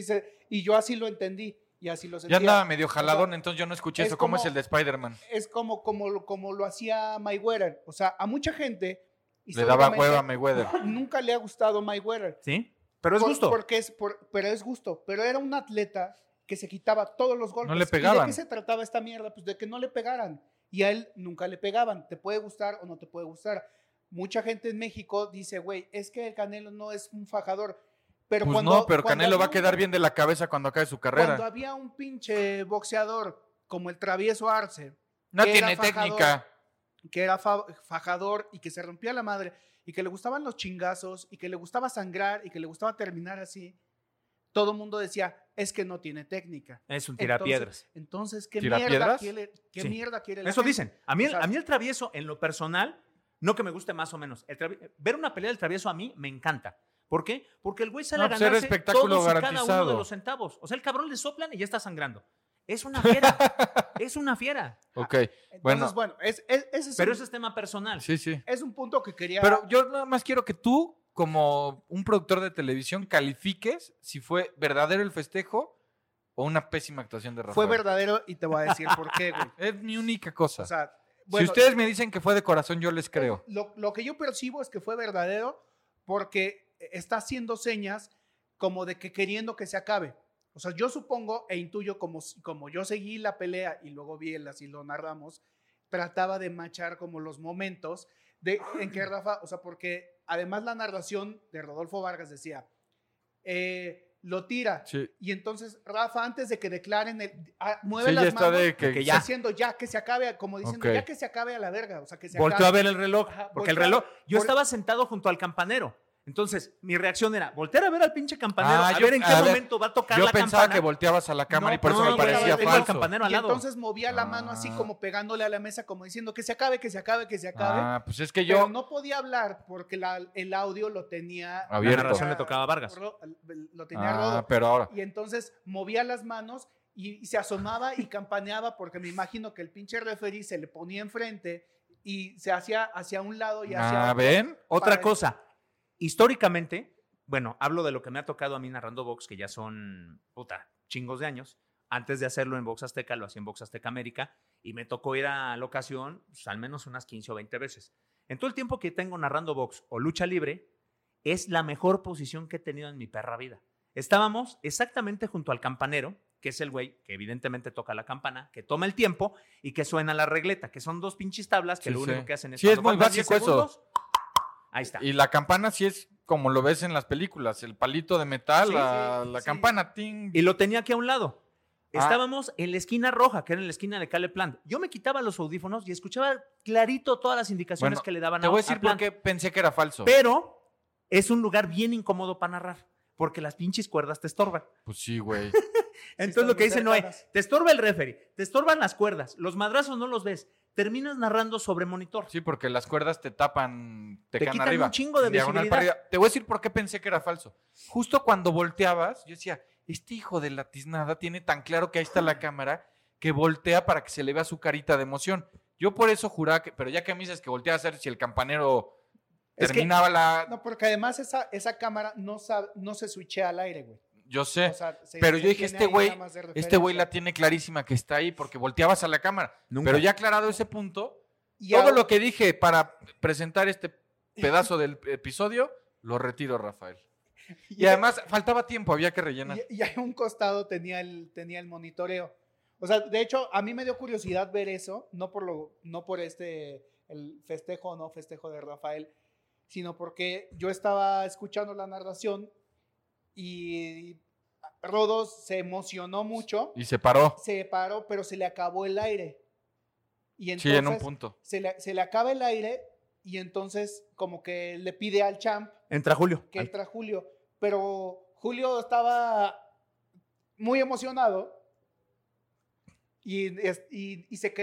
S4: y yo así lo entendí y así lo
S5: Ya
S4: sentía.
S5: andaba medio jaladón,
S4: O sea,
S5: entonces yo no escuché
S4: es
S5: eso. ¿Cómo
S4: como-
S5: es el de Spider-Man?
S4: es como lo hacía Mayweather. O sea, a mucha gente
S5: Le daba
S4: históricamente,
S5: hueva a Mayweather.
S4: nunca le ha gustado Mayweather.
S6: ¿Sí? Pero es gusto.
S4: Pero es gusto. Pero era un atleta que se quitaba todos los golpes.
S5: No le
S4: ¿Y
S5: pegaban.
S4: de qué se trataba esta mierda? Pues de que no le pegaran. Y a él nunca le pegaban. Te puede gustar o no te puede gustar. Mucha gente en México dice, güey, es que el Canelo no es un fajador. Pero
S5: Pues
S4: cuando,
S5: no, pero
S4: cuando
S5: Canelo va a
S4: había
S5: quedar
S4: un-
S5: bien de la cabeza cuando acabe su
S4: Cuando
S5: carrera.
S4: había un pinche boxeador como el Travieso Arce,
S5: No
S4: que
S5: tiene
S4: era fajador,
S5: técnica.
S4: que era fajador y que se rompía la madre y que le gustaban los chingazos y que le gustaba sangrar y que le gustaba terminar así, todo el mundo decía, es que no tiene técnica.
S6: Es un tirapiedras.
S4: Entonces, ¿qué
S5: ¿Tirapiedras?
S6: Sí.
S4: mierda quiere la
S6: Eso
S4: gente?
S6: dicen. A mí,
S4: O sea,
S6: a mí el Travieso, en lo personal, no que me guste más o menos. Ver una pelea del Travieso a mí me encanta. ¿Por qué? Porque el güey sale
S5: No,
S6: a
S5: pues era
S6: ganarse
S5: espectáculo
S6: todos y cada uno
S5: garantizado.
S6: de los centavos. O sea, el cabrón le soplan y ya está sangrando. Es una fiera. Es una fiera.
S5: Ok,
S4: Entonces,
S5: bueno.
S4: ese es,
S6: Pero
S4: un,
S6: eso es tema personal.
S5: Sí, sí.
S4: es un punto que quería...
S5: Pero yo nada más quiero que tú, como un productor de televisión, califiques si fue verdadero el festejo o una pésima actuación de Rafael.
S4: fue verdadero y te voy a decir por qué, güey.
S5: Es mi única cosa.
S4: O sea,
S5: si
S4: bueno,
S5: ustedes me dicen que fue de corazón, yo les creo.
S4: Lo que yo percibo es que fue verdadero porque está haciendo señas como de que queriendo que se acabe. O sea, yo supongo e intuyo como yo seguí la pelea y luego vi así lo narramos, trataba de machar como los momentos en que Rafa, o sea, porque además la narración de Rodolfo Vargas decía, lo tira.
S5: Sí.
S4: Y entonces Rafa, antes de que declaren, mueve
S5: Sí, ya
S4: las
S5: está
S4: manos.
S5: de que
S6: que ya.
S4: Diciendo ya que se acabe, como diciendo
S5: Ok.
S4: ya que se acabe a la verga, o sea, que se
S6: Volteó
S4: acabe.
S6: a ver el reloj.
S4: Ajá,
S6: Porque el
S4: volteó a-
S6: reloj. Yo
S4: vol-
S6: estaba sentado junto al campanero. Entonces, mi reacción era voltear a ver al pinche campanero,
S5: Ah,
S6: a
S5: yo-
S6: ver en qué
S5: a ver,
S6: momento va a tocar
S5: Yo
S6: la
S5: pensaba
S6: campana.
S5: que volteabas a la cámara y por eso
S6: no,
S5: me
S6: no,
S5: parecía
S6: tengo al
S5: falso.
S6: campanero al
S4: Y
S6: lado.
S4: entonces movía la mano así como pegándole a la mesa, como diciendo que se acabe, que se acabe, que se acabe.
S5: Ah, pues es que
S4: Pero
S5: yo...
S4: no podía hablar porque el audio lo tenía
S6: La
S5: Abierto.
S6: narración le tocaba a Vargas.
S4: Lo tenía Rodo.
S5: pero ahora...
S4: Y entonces movía las manos y se asomaba y campaneaba porque me imagino que el pinche referee se le ponía enfrente y se hacía hacia un lado y hacia otro.
S5: ¿ven?
S6: Otra
S4: Para-
S6: cosa. históricamente, bueno, hablo de lo que me ha tocado a mí narrando box, que ya son, chingos de años. Antes de hacerlo en Box Azteca, lo hacía en Box Azteca América y me tocó ir a la ocasión pues, al menos unas 15 o 20 veces. En todo el tiempo que tengo narrando box o lucha libre, es la mejor posición que he tenido en mi perra vida. Estábamos exactamente junto al campanero, que es el güey que evidentemente toca la campana, que toma el tiempo y que suena la regleta, que son 2 pinches tablas que
S5: Sí,
S6: lo
S5: sí.
S6: único que hacen es...
S5: Sí, es
S6: cuando
S5: muy
S6: faltan 10
S5: básico eso.
S6: segundos, ahí está.
S5: Y la campana sí es como lo ves en las películas, el palito de metal,
S4: Sí,
S5: la
S4: sí.
S5: campana, ting.
S6: Y lo tenía aquí a un lado.
S5: Ah.
S6: Estábamos en la esquina roja, que era en la esquina de Cale Plant. Yo me quitaba los audífonos y escuchaba clarito todas las indicaciones
S5: Bueno,
S6: que le daban
S5: Te voy a decir por
S6: Plant.
S5: qué pensé que era falso.
S6: Pero es un lugar bien incómodo para narrar, porque las pinches cuerdas te estorban.
S5: Pues sí, güey.
S6: Entonces
S4: están
S6: lo que
S4: muy
S6: dice Noé,
S4: cercanas.
S6: te estorba el referee, te estorban las cuerdas, los madrazos no los ves, terminas narrando sobre monitor.
S5: Sí, porque las cuerdas te tapan, te caen
S6: quitan
S5: arriba.
S6: un chingo de
S5: diagonal
S6: visibilidad.
S5: para arriba. Te voy a decir por qué pensé que era falso. Justo cuando volteabas, yo decía, este hijo de la tiznada tiene tan claro que ahí está la cámara que voltea para que se le vea su carita de emoción. Yo por eso juraba que, pero ya que me dices que voltea a hacer si el campanero
S6: Es que-
S5: terminaba la...
S4: No, porque además esa cámara no se switchea al aire, güey.
S5: Yo sé,
S4: O sea,
S5: pero
S4: se
S5: yo dije,
S4: tiene ahí nada más de
S5: este güey
S4: referencia.
S5: la tiene clarísima que está ahí porque volteabas a la cámara.
S6: Nunca.
S5: Pero ya aclarado ese punto,
S4: Y
S5: todo
S4: ahora-
S5: lo que dije para presentar este pedazo del episodio, lo retiro, Rafael. Y además faltaba tiempo, había que rellenar.
S4: Y a un costado tenía el monitoreo. O sea, de hecho, a mí me dio curiosidad ver eso, no por el festejo o no festejo de Rafael, sino porque yo estaba escuchando la narración y Rodos se emocionó mucho,
S5: Y se paró.
S4: se paró, pero se le acabó el aire. Y
S5: Sí,
S4: entonces
S5: en un punto.
S4: se le acaba el aire y entonces como que le pide al champ
S6: Entra Julio.
S4: que entra Julio, pero Julio estaba muy emocionado y se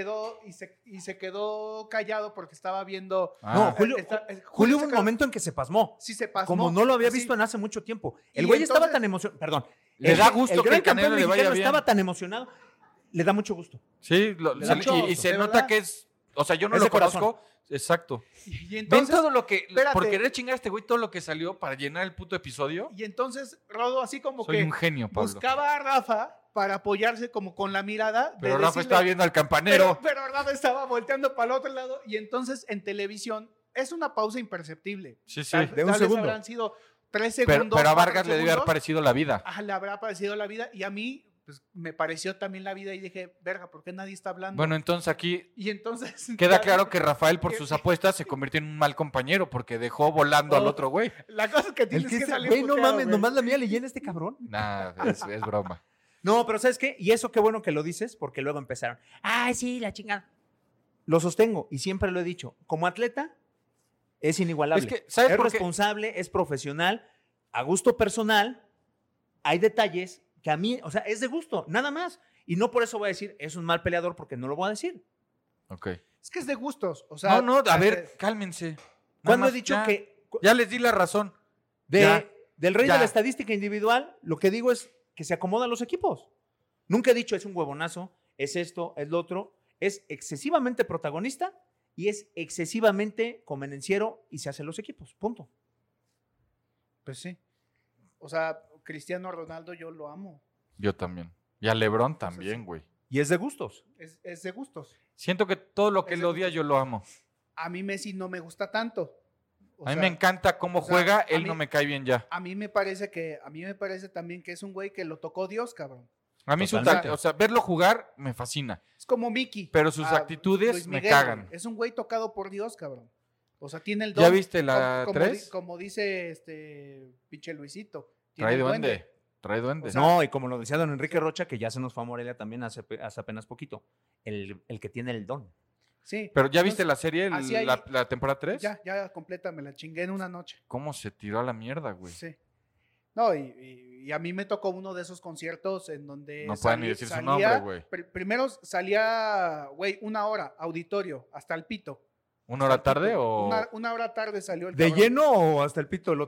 S4: quedó callado porque estaba viendo.
S6: No,
S5: Ah,
S6: Julio, Julio hubo
S4: se
S6: un
S4: quedó-
S6: momento en que se pasmó.
S4: Sí se pasó.
S6: Como no lo había
S4: así.
S6: visto en hace mucho tiempo. El
S4: Y
S6: güey estaba
S4: entonces-
S6: tan emocionado. Perdón.
S5: Le da gusto que
S6: gran
S5: el Canelo
S6: campeón
S5: le vaya
S6: mexicano
S5: bien.
S6: estaba tan emocionado. Le da mucho gusto.
S5: Sí,
S6: Le da mucho
S5: y
S6: gusto,
S5: se
S4: de
S5: nota
S4: verdad.
S5: que es... O sea, yo no
S6: Es
S5: lo
S6: de corazón.
S5: conozco. Exacto.
S4: Y
S5: ¿Ven
S4: entonces,
S5: todo lo que...
S4: espérate.
S5: Por querer chingar a este güey todo lo que salió para llenar el puto episodio?
S4: Rodo así como
S5: Soy
S4: que
S5: un genio, Pablo.
S4: buscaba a Rafa para apoyarse como con la mirada. de
S5: Pero Rafa
S4: decirle-
S5: estaba viendo al campanero.
S4: Pero Rafa estaba volteando para el otro lado y entonces en televisión es una pausa imperceptible.
S5: Sí, sí.
S6: De un
S4: Tal vez
S6: segundo.
S4: habrán sido 3
S5: Pero,
S4: segundos.
S5: pero a
S4: 4
S5: Vargas le debe haber
S4: segundos.
S5: parecido la vida.
S4: Le habrá parecido la vida y a mí pues, me pareció también la vida y dije, verga, ¿por qué nadie está hablando?
S5: Bueno, entonces aquí
S4: y entonces
S5: queda claro que Rafael por
S4: que-
S5: sus apuestas se convirtió en un mal compañero porque dejó volando al
S4: Oh.
S5: otro güey.
S4: la cosa es que
S6: El
S4: tienes
S6: que
S4: que
S6: ese-
S4: salir
S6: güey, no
S4: puteado,
S6: mames,
S4: güey.
S6: nomás la mía le llena este cabrón.
S5: Nah, es broma.
S6: No, pero ¿sabes qué? Y eso qué bueno que lo dices, porque luego empezaron. Ay, sí, la chingada. Lo sostengo y siempre lo he dicho. Como atleta, es inigualable.
S5: Es que, ¿sabes
S6: es
S5: por qué?
S6: responsable, es profesional, a gusto personal. Hay detalles que a mí, o sea, es de gusto, nada más. Y no por eso voy a decir, es un mal peleador, porque no lo voy a decir.
S5: Ok.
S4: Es que es de gustos. O sea,
S5: No, a ver, cálmense. Nada
S6: Cuando he
S5: más,
S6: dicho
S5: ya.
S6: que
S5: Ya les di la razón.
S6: del rey
S5: ya.
S6: de la estadística individual, lo que digo es que se acomodan los equipos. Nunca he dicho es un huevonazo, es esto, es lo otro. Es excesivamente protagonista y es excesivamente convenenciero y se hacen los equipos. Punto.
S4: Pues sí. O sea, Cristiano Ronaldo yo lo amo.
S5: Yo también. Y a LeBron también, güey.
S6: Y es de gustos.
S4: Es de gustos.
S5: Siento que todo lo que
S4: Es
S5: él
S4: de
S5: odia yo lo amo.
S4: A mí Messi no me gusta tanto. O
S5: A mí
S4: sea,
S5: me encanta cómo
S4: o sea,
S5: juega,
S4: a
S5: él
S4: mí-
S5: no me cae bien ya.
S4: A mí me parece también que es un güey que lo tocó Dios, cabrón.
S5: A mí
S6: Totalmente.
S5: o sea, verlo jugar me fascina.
S4: Es como Mickey.
S5: Pero sus
S4: Ah,
S5: actitudes
S4: Luis
S5: me
S4: Miguel,
S5: cagan.
S4: güey. Es un güey tocado por Dios, cabrón. O sea, tiene el don.
S5: ¿Ya viste la
S4: como,
S5: 3?
S4: como dice pinche Luisito. tiene
S5: Trae
S4: el
S5: duende. Trae duende.
S4: O sea,
S6: No, y como lo decía don Enrique Rocha, que ya se nos fue a Morelia también hace apenas poquito, el que tiene el don.
S4: Sí.
S5: Pero ¿ya viste
S4: Entonces,
S5: la serie,
S4: así hay-
S5: la temporada 3?
S4: Ya completa, me la chingué en una noche.
S5: ¿Cómo se tiró a la mierda, güey?
S4: Sí. No, y a mí me tocó uno de esos conciertos en donde
S5: No pueden ni decir su nombre, güey.
S4: Primero salía, güey, 1 hora, auditorio, hasta el pito.
S5: ¿Una hora
S4: Hasta el
S5: tarde
S4: pito.
S5: o...?
S4: Una hora tarde salió el
S6: ¿De
S4: cabrón.
S6: lleno o hasta el pito del otro?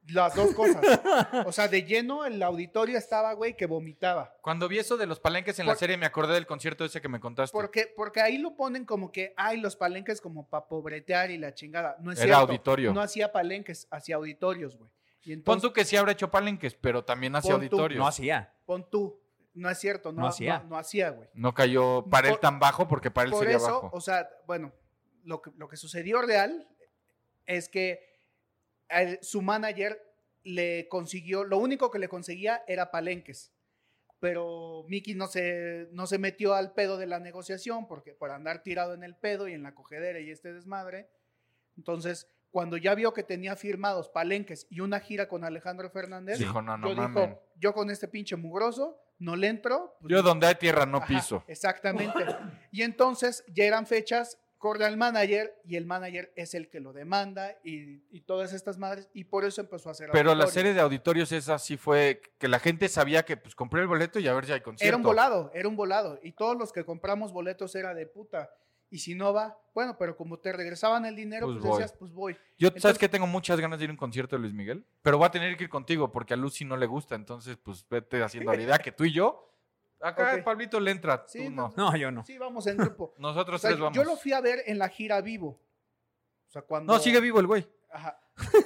S4: Las dos cosas. O sea, de lleno el auditorio estaba, güey, que vomitaba.
S5: Cuando vi eso de los palenques en la serie, me acordé del concierto ese que me contaste.
S4: Porque ahí lo ponen como que, ay, los palenques como para pobretear y la chingada. No es
S5: Era
S4: cierto.
S5: auditorio.
S4: No hacía palenques, hacía auditorios, güey. Y
S5: Pon
S4: entonces,
S5: tú que sí habrá hecho palenques, pero también hacía
S4: Pon tú.
S5: auditorios.
S6: No hacía.
S4: pon tú. No es cierto,
S6: No hacía.
S4: No hacía, güey.
S5: No cayó para él
S4: Por-
S5: tan bajo porque para él
S4: Por
S5: sería
S4: eso,
S5: bajo.
S4: o sea, bueno, lo que sucedió real es que su manager le consiguió, lo único que le conseguía era palenques. Pero Mickey no se metió al pedo de la negociación porque por andar tirado en el pedo y en la cogedera y este desmadre. Entonces, cuando ya vio que tenía firmados palenques y una gira con Alejandro Fernández,
S5: Dijo, no
S4: yo
S5: mamen.
S4: yo con este pinche mugroso no le entro. Pues,
S5: Yo donde hay tierra no
S4: ajá,
S5: piso.
S4: Exactamente. Y entonces ya eran fechas, corre al manager y el manager es el que lo demanda y todas estas madres y por eso empezó a hacer
S5: Pero la
S4: auditorio.
S5: serie de auditorios esa sí fue que la gente sabía que pues compré el boleto y a ver si hay concierto.
S4: Era un volado y todos los que compramos boletos era de puta. Y si no va, bueno, pero como te regresaban el dinero,
S5: Pues
S4: pues,
S5: voy.
S4: decías, pues voy.
S5: Yo,
S4: Entonces-
S5: ¿sabes qué? Tengo muchas ganas de ir a un concierto de Luis Miguel, pero voy a tener que ir contigo porque a Lucy no le gusta, entonces pues vete haciendo la idea que tú y yo, acá
S4: Ok.
S5: Pablito le entra,
S4: Sí,
S5: tú no.
S6: No, yo no.
S4: Sí, vamos en grupo.
S5: Nosotros
S4: O sea,
S5: tres vamos.
S4: yo lo fui a ver en la gira vivo. O sea, cuando...
S5: No, sigue vivo el güey.
S4: Ajá.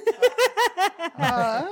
S4: Ah,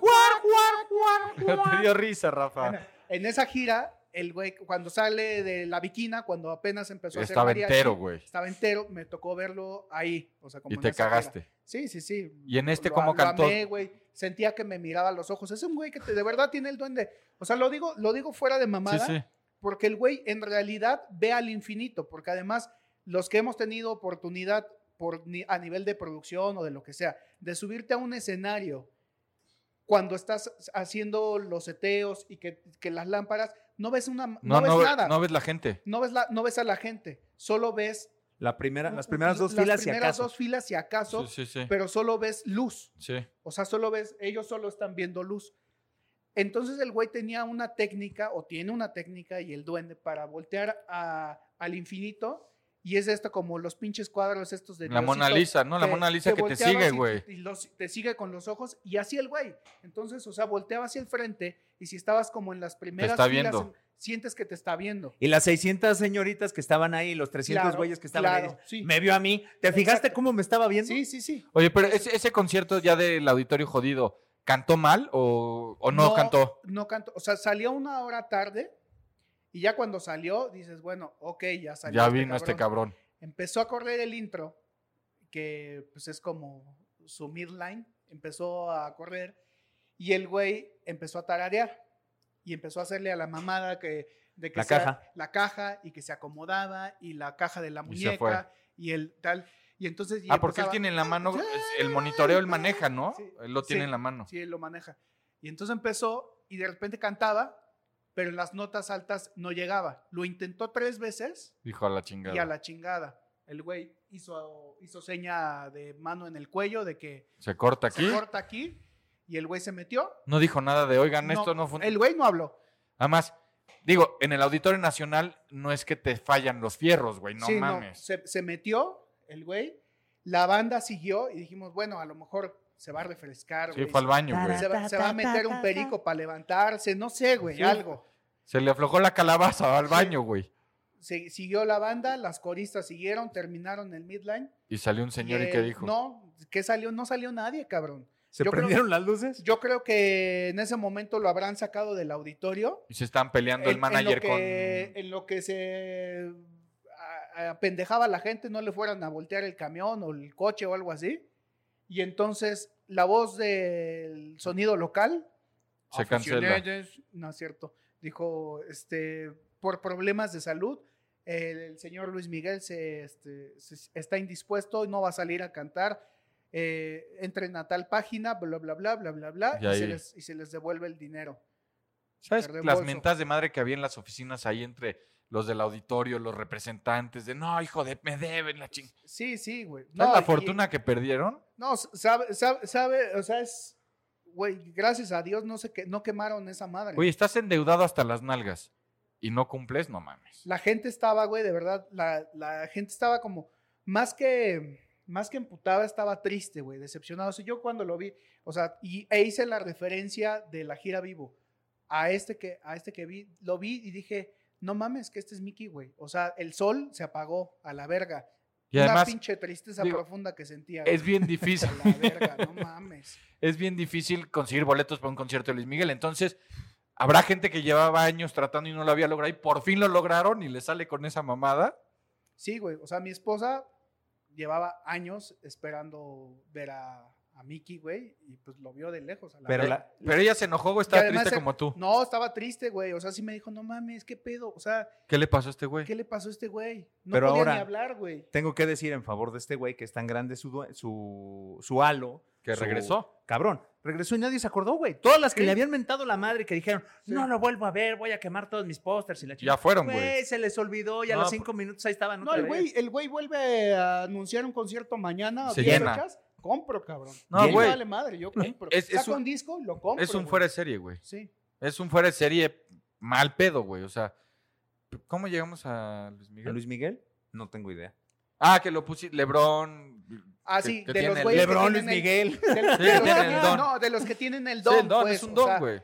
S5: Te dio risa, Rafa.
S4: en esa gira, el güey, cuando sale de la Viquina, cuando apenas empezó a hacer
S5: Estaba
S4: mariachi,
S5: entero, güey.
S4: Estaba entero, me tocó verlo ahí. O sea, como
S5: Y
S4: en
S5: te
S4: esa gira.
S5: cagaste.
S4: Sí, sí, sí.
S5: ¿Y en este
S4: Lo-
S5: cómo
S4: lo
S5: cantó?
S4: amé, güey. Sentía que me miraba a los ojos. Es un güey que de verdad tiene el duende. O sea, lo digo fuera de mamada,
S5: Sí, sí.
S4: porque el güey en realidad ve al infinito, porque además los que hemos tenido oportunidad a nivel de producción o de lo que sea, de subirte a un escenario cuando estás haciendo los seteos y que las lámparas, no ves nada.
S5: No ves la gente.
S4: No ves a la gente, solo ves
S6: Las primeras dos filas, si
S4: primeras
S6: acaso.
S4: dos filas si acaso,
S5: Sí, sí, sí.
S4: pero solo ves luz.
S5: Sí.
S4: O sea, ellos solo están viendo luz. Entonces el güey tenía una técnica, o tiene una técnica, y el duende, para voltear al infinito, y es esto como los pinches cuadros estos de
S5: La Mona
S4: Diosito,
S5: Lisa, ¿no? La Mona Lisa que te
S4: volteaba
S5: sigue,
S4: así,
S5: güey.
S4: y te sigue con los ojos, y así el güey. Entonces, o sea, volteaba hacia el frente, y si estabas como en las primeras
S5: está
S4: filas,
S5: viendo.
S4: sientes que te está viendo.
S6: Y las 600 señoritas que estaban ahí, los 300
S4: Claro,
S6: güeyes que estaban
S4: claro,
S6: ahí,
S4: sí.
S6: me vio a mí. ¿Te fijaste
S4: Exacto.
S6: cómo me estaba viendo?
S4: Sí, sí, sí.
S5: Oye, pero ese concierto ya del auditorio jodido, ¿cantó mal o no cantó?
S4: No cantó. O sea, salió una hora tarde, y ya cuando salió, dices, bueno, ok, ya salió.
S5: Ya vino este cabrón.
S4: Empezó a correr el intro, que pues es como su midline, empezó a correr y el güey empezó a tararear y empezó a hacerle a la mamada de que la caja y que se acomodaba y la caja de la
S5: Y se fue.
S4: muñeca y el tal. Y entonces...
S5: Porque él tiene en la mano, el monitoreo él maneja, ¿no?
S4: Sí,
S5: Él lo tiene
S4: sí,
S5: en la mano.
S4: Sí, él lo maneja. Y entonces empezó y de repente cantaba, pero en las notas altas no llegaba. Lo intentó 3 veces
S5: Dijo a la chingada.
S4: y a la chingada. El güey hizo seña de mano en el cuello de que
S5: Se corta aquí.
S4: se corta aquí y el güey se metió.
S5: No dijo nada de, oigan, esto no fue...
S4: El güey no habló.
S5: Además, digo, en el Auditorio Nacional no es que te fallan los fierros, güey, no
S4: Sí,
S5: mames.
S4: Se metió el güey. La banda siguió y dijimos, bueno, a lo mejor se va a refrescar.
S5: Sí,
S4: güey.
S5: fue al baño, güey.
S4: Se va a meter un perico para levantarse, no sé, güey,
S5: Sí.
S4: algo.
S5: Se le aflojó la calabaza al
S4: Sí.
S5: baño, güey.
S4: Siguió la banda, las coristas siguieron, terminaron el midline.
S5: Y salió un señor y ¿qué dijo?
S4: No, ¿qué salió? No salió nadie, cabrón.
S6: ¿Se
S4: Yo creo-
S6: prendieron las luces?
S4: Yo creo que en ese momento lo habrán sacado del auditorio.
S5: Y se están peleando el manager
S4: En lo que se apendejaba la gente, no le fueran a voltear el camión o el coche o algo así. Y entonces la voz del sonido local
S5: Se cancela.
S4: aficionados, no es cierto, dijo, por problemas de salud, el señor Luis Miguel se está indispuesto y no va a salir a cantar. Entren a tal página, bla, bla, bla, bla, bla, bla,
S5: Y ahí-
S4: y se les devuelve el dinero.
S5: ¿Sabes
S4: de
S5: las
S4: reembolso.
S5: mentas de madre que había en las oficinas ahí entre los del auditorio, los representantes, de no, hijo de, me deben la chingada?
S4: Sí, sí, güey.
S5: ¿Sabes la
S4: y-
S5: fortuna que perdieron?
S4: No, sabe, o sea, güey, gracias a Dios no quemaron esa madre.
S5: Oye, estás endeudado hasta las nalgas y no cumples, no mames.
S4: La gente estaba, güey, de verdad, la gente estaba como, más que más que emputado, estaba triste, güey, decepcionado. O sea, yo cuando lo vi, o sea, e hice la referencia de la gira Vivo a este que vi, lo vi y dije, no mames, que este es Mickey, güey. O sea, el sol se apagó a la verga.
S5: Y
S4: Una
S5: además,
S4: pinche tristeza
S5: digo,
S4: profunda que sentía.
S5: es
S4: güey.
S5: bien difícil.
S4: A la verga, no mames.
S5: Es bien difícil conseguir boletos para un concierto de Luis Miguel. Entonces, habrá gente que llevaba años tratando y no lo había logrado y por fin lo lograron y le sale con esa mamada.
S4: Sí, güey. O sea, mi esposa llevaba años esperando ver a Mickey, güey, y pues lo vio de lejos. A la
S6: Pero
S4: verga.
S5: Pero ella se enojó o
S4: Y
S5: estaba
S4: además
S5: triste como tú.
S4: No, estaba triste, güey. O sea, sí me dijo, no mames, ¿qué pedo? O sea,
S5: ¿Qué le pasó a este güey?
S4: ¿qué le pasó a este güey? No
S6: Pero
S4: podía
S6: ahora-
S4: ni hablar, güey.
S6: Tengo que decir en favor de este güey que es tan grande su halo.
S5: Que regresó.
S6: Cabrón, regresó y nadie se acordó, güey. Todas las que
S4: Sí.
S6: le habían mentado la madre que dijeron,
S4: Sí.
S6: no lo vuelvo a ver, voy a quemar todos mis pósters y la
S5: Ya fueron, güey.
S6: se les olvidó y a
S5: No,
S6: los 5 minutos ahí estaban
S4: No,
S6: otra
S4: el
S6: vez.
S4: güey vuelve a anunciar un concierto mañana.
S5: Se
S4: 10
S5: llena.
S4: fechas, compro, cabrón.
S5: No,
S4: No,
S5: güey.
S4: vale madre, yo compro.
S5: Es
S4: Saca
S5: un-
S4: un disco, lo compro.
S5: Es un
S4: güey.
S5: fuera de serie, güey.
S4: Sí.
S5: Es un fuera de serie mal pedo, güey. O sea, ¿cómo llegamos a Luis
S6: ¿A
S5: Miguel?
S6: Luis Miguel? No tengo idea.
S5: Ah, que lo puse LeBron.
S4: Ah,
S5: que-
S4: sí,
S5: que
S4: de los
S5: tiene el-
S4: güeyes que
S6: LeBron, Luis
S4: tienen el-
S6: Miguel.
S4: de los
S5: Sí,
S4: que
S5: tienen el
S4: tienen-
S5: don.
S4: No, de los que tienen el
S5: Sí,
S4: don,
S5: el don,
S4: pues,
S5: es un
S4: o
S5: don,
S4: sea,
S5: güey.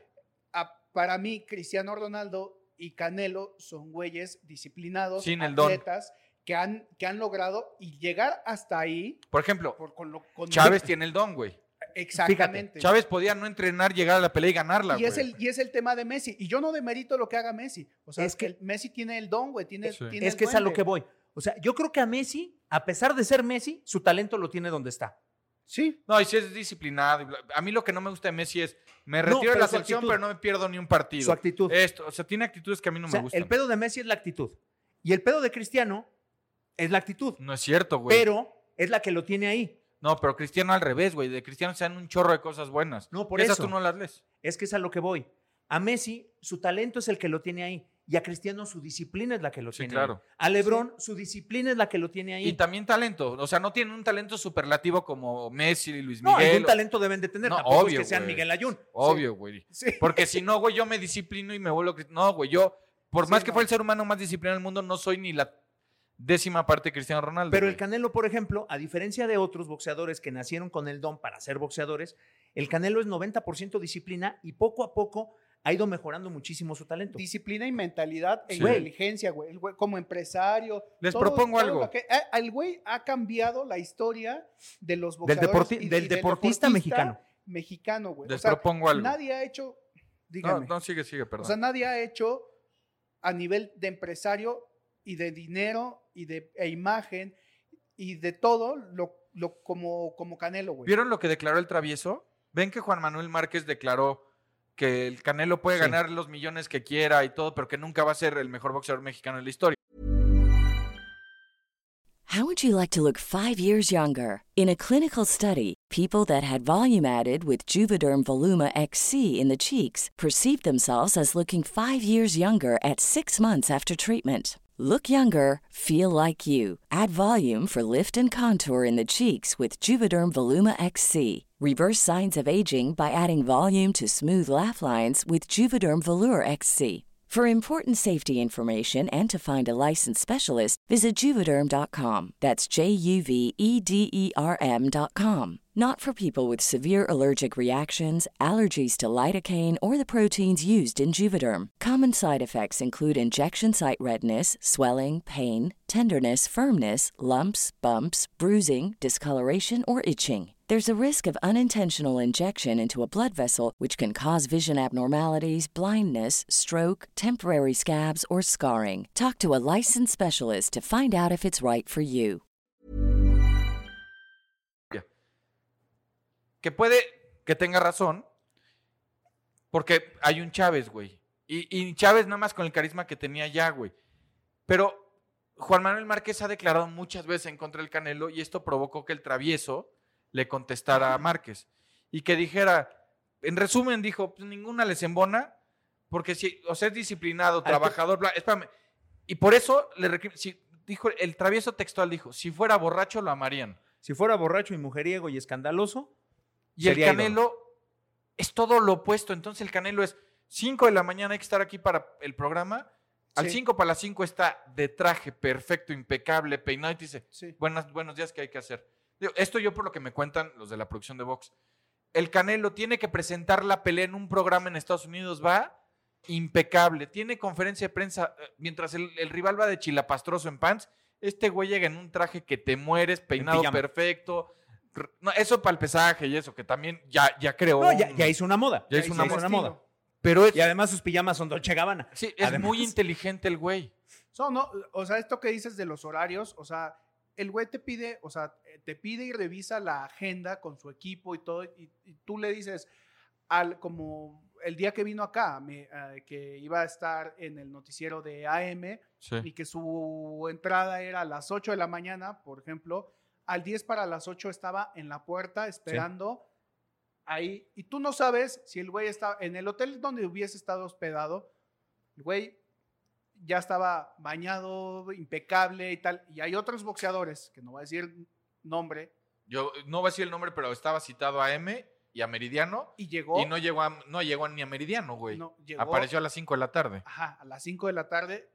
S4: para mí, Cristiano Ronaldo y Canelo son güeyes disciplinados,
S5: Sin el don.
S4: atletas, que han logrado y llegar hasta ahí.
S5: Por ejemplo,
S4: Con
S5: Chávez tiene el don, güey.
S4: Exactamente.
S5: Chávez podía no entrenar, llegar a la pelea y ganarla,
S4: y
S5: güey.
S4: es el tema de Messi. Y yo no demerito lo que haga Messi. O sea,
S6: Es
S4: es que Messi tiene el don, güey. Tiene,
S5: Sí.
S4: tiene
S6: Es
S4: el
S6: que es a lo
S4: duende.
S6: que voy. O sea, yo creo que a Messi, a pesar de ser Messi, su talento lo tiene donde está.
S4: Sí.
S5: No, y si es disciplinado. y a mí lo que no me gusta de Messi es, me
S6: No,
S5: retiro de
S6: pero
S5: la
S6: su
S5: selección,
S6: actitud.
S5: pero no me pierdo ni un partido.
S6: Su actitud.
S5: Esto, o sea, tiene actitudes que a mí no
S6: O sea,
S5: me gustan.
S6: el pedo de Messi es la actitud. Y el pedo de Cristiano es la actitud.
S5: No es cierto, güey.
S6: Pero es la que lo tiene ahí.
S5: No, pero Cristiano al revés, güey. De Cristiano se dan un chorro de cosas buenas.
S6: No, por
S5: Esas
S6: eso.
S5: tú no las lees.
S6: Es que es a lo que voy. A Messi, su talento es el que lo tiene ahí. Y a Cristiano, su disciplina es la que lo
S5: Sí,
S6: tiene
S5: claro.
S6: ahí. A LeBron, su disciplina es la que lo tiene ahí.
S5: Y también talento. O sea, no tienen un talento superlativo como Messi y Luis
S6: no,
S5: Miguel.
S6: algún talento deben de tener.
S5: No,
S6: Tampoco
S5: obvio,
S6: es que sean
S5: güey.
S6: Miguel Ayun.
S5: Obvio, güey.
S4: Sí.
S5: Porque si no, güey, yo me disciplino y me vuelvo... No, güey, yo... Por
S4: Sí,
S5: más que
S4: no.
S5: fue el ser humano más disciplinado del mundo, no soy ni la 10ª parte de Cristiano Ronaldo.
S6: Pero
S5: güey.
S6: el Canelo, por ejemplo, a diferencia de otros boxeadores que nacieron con el don para ser boxeadores, el Canelo es 90% disciplina y poco a poco ha ido mejorando muchísimo su talento.
S4: Disciplina y mentalidad e
S5: Sí.
S4: inteligencia, güey. El güey como empresario.
S5: Les propongo algo.
S4: El güey ha cambiado la historia de los
S6: Del,
S4: boxeadores.
S6: del deportista mexicano.
S4: Mexicano, güey.
S5: Les
S4: O sea,
S5: propongo algo.
S4: nadie ha hecho.
S5: No,
S4: Dígame.
S5: no, sigue, perdón.
S4: O sea, nadie ha hecho a nivel de empresario y de dinero y de imagen y de todo como Canelo, güey.
S5: ¿Vieron lo que declaró el Travieso? ¿Ven que Juan Manuel Márquez declaró que el Canelo puede
S6: Sí.
S5: ganar los millones que quiera y todo, pero que nunca va a ser el mejor boxeador mexicano de la historia?
S7: How would you like to look 5 years younger? In a clinical study, people that had volume added with Juvederm Voluma XC in the cheeks perceived themselves as looking 5 years younger at 6 months after treatment. Look younger, feel like you. Add volume for lift and contour in the cheeks with Juvederm Voluma XC. Reverse signs of aging by adding volume to smooth laugh lines with Juvederm Volure XC. For important safety information and to find a licensed specialist, visit Juvederm.com. That's JUVEDERM.com. Not for people with severe allergic reactions, allergies to lidocaine, or the proteins used in Juvederm. Common side effects include injection site redness, swelling, pain, tenderness, firmness, lumps, bumps, bruising, discoloration, or itching. There's a risk of unintentional injection into a blood vessel, which can cause vision abnormalities, blindness, stroke, temporary scabs, or scarring. Talk to a licensed specialist to find out if it's right for you.
S5: Que puede que tenga razón, porque hay un Chávez, güey. Y Chávez nada más con el carisma que tenía ya, güey. Pero Juan Manuel Márquez ha declarado muchas veces en contra del Canelo y esto provocó que el Travieso le contestara a Márquez. Y que dijera, en resumen, dijo, pues ninguna les embona, porque si, o sea, es disciplinado, trabajador, bla, espérame. Y por eso dijo, el Travieso textual dijo, si fuera borracho lo amarían.
S6: Si fuera borracho y mujeriego y escandaloso,
S5: Y el
S6: sería
S5: Canelo
S6: ídolo.
S5: es todo lo opuesto. Entonces el Canelo es 5 de la mañana, hay que estar aquí para el programa. Al
S4: Sí.
S5: 5 para las 5 está de traje perfecto, impecable, peinado y te dice,
S4: Sí.
S5: buenos días, ¿qué hay que hacer? Esto yo por lo que me cuentan los de la producción de Vox. El Canelo tiene que presentar la pelea en un programa en Estados Unidos, va impecable. Tiene conferencia de prensa, mientras el rival va de chilapastroso en pants, este güey llega en un traje que te mueres, peinado perfecto. No, eso para el pesaje y eso, que también ya creó.
S6: No, ya hizo una moda.
S5: Ya hizo una
S6: moda.
S5: Pero
S6: y además sus pijamas son Dolce Gabbana.
S5: Sí, es muy inteligente el güey.
S4: No, o sea, esto que dices de los horarios, o sea, el güey te pide, o sea, te pide y revisa la agenda con su equipo y todo, y tú le dices, como el día que vino acá, que iba a estar en el noticiero de AM,
S5: sí,
S4: y que su entrada era a las 8 de la mañana, por ejemplo, al 10 para las 8 estaba en la puerta esperando ahí, y tú no sabes si el güey está en el hotel donde hubiese estado hospedado, el güey ya estaba bañado, impecable y tal, y hay otros boxeadores, que no voy a decir nombre.
S5: Yo no voy a decir el nombre, pero estaba citado a M y a Meridiano.
S4: Y llegó.
S5: Y no llegó ni a Meridiano, güey.
S4: No, llegó,
S5: apareció a las 5 de la tarde.
S4: Ajá, a las 5 de la tarde,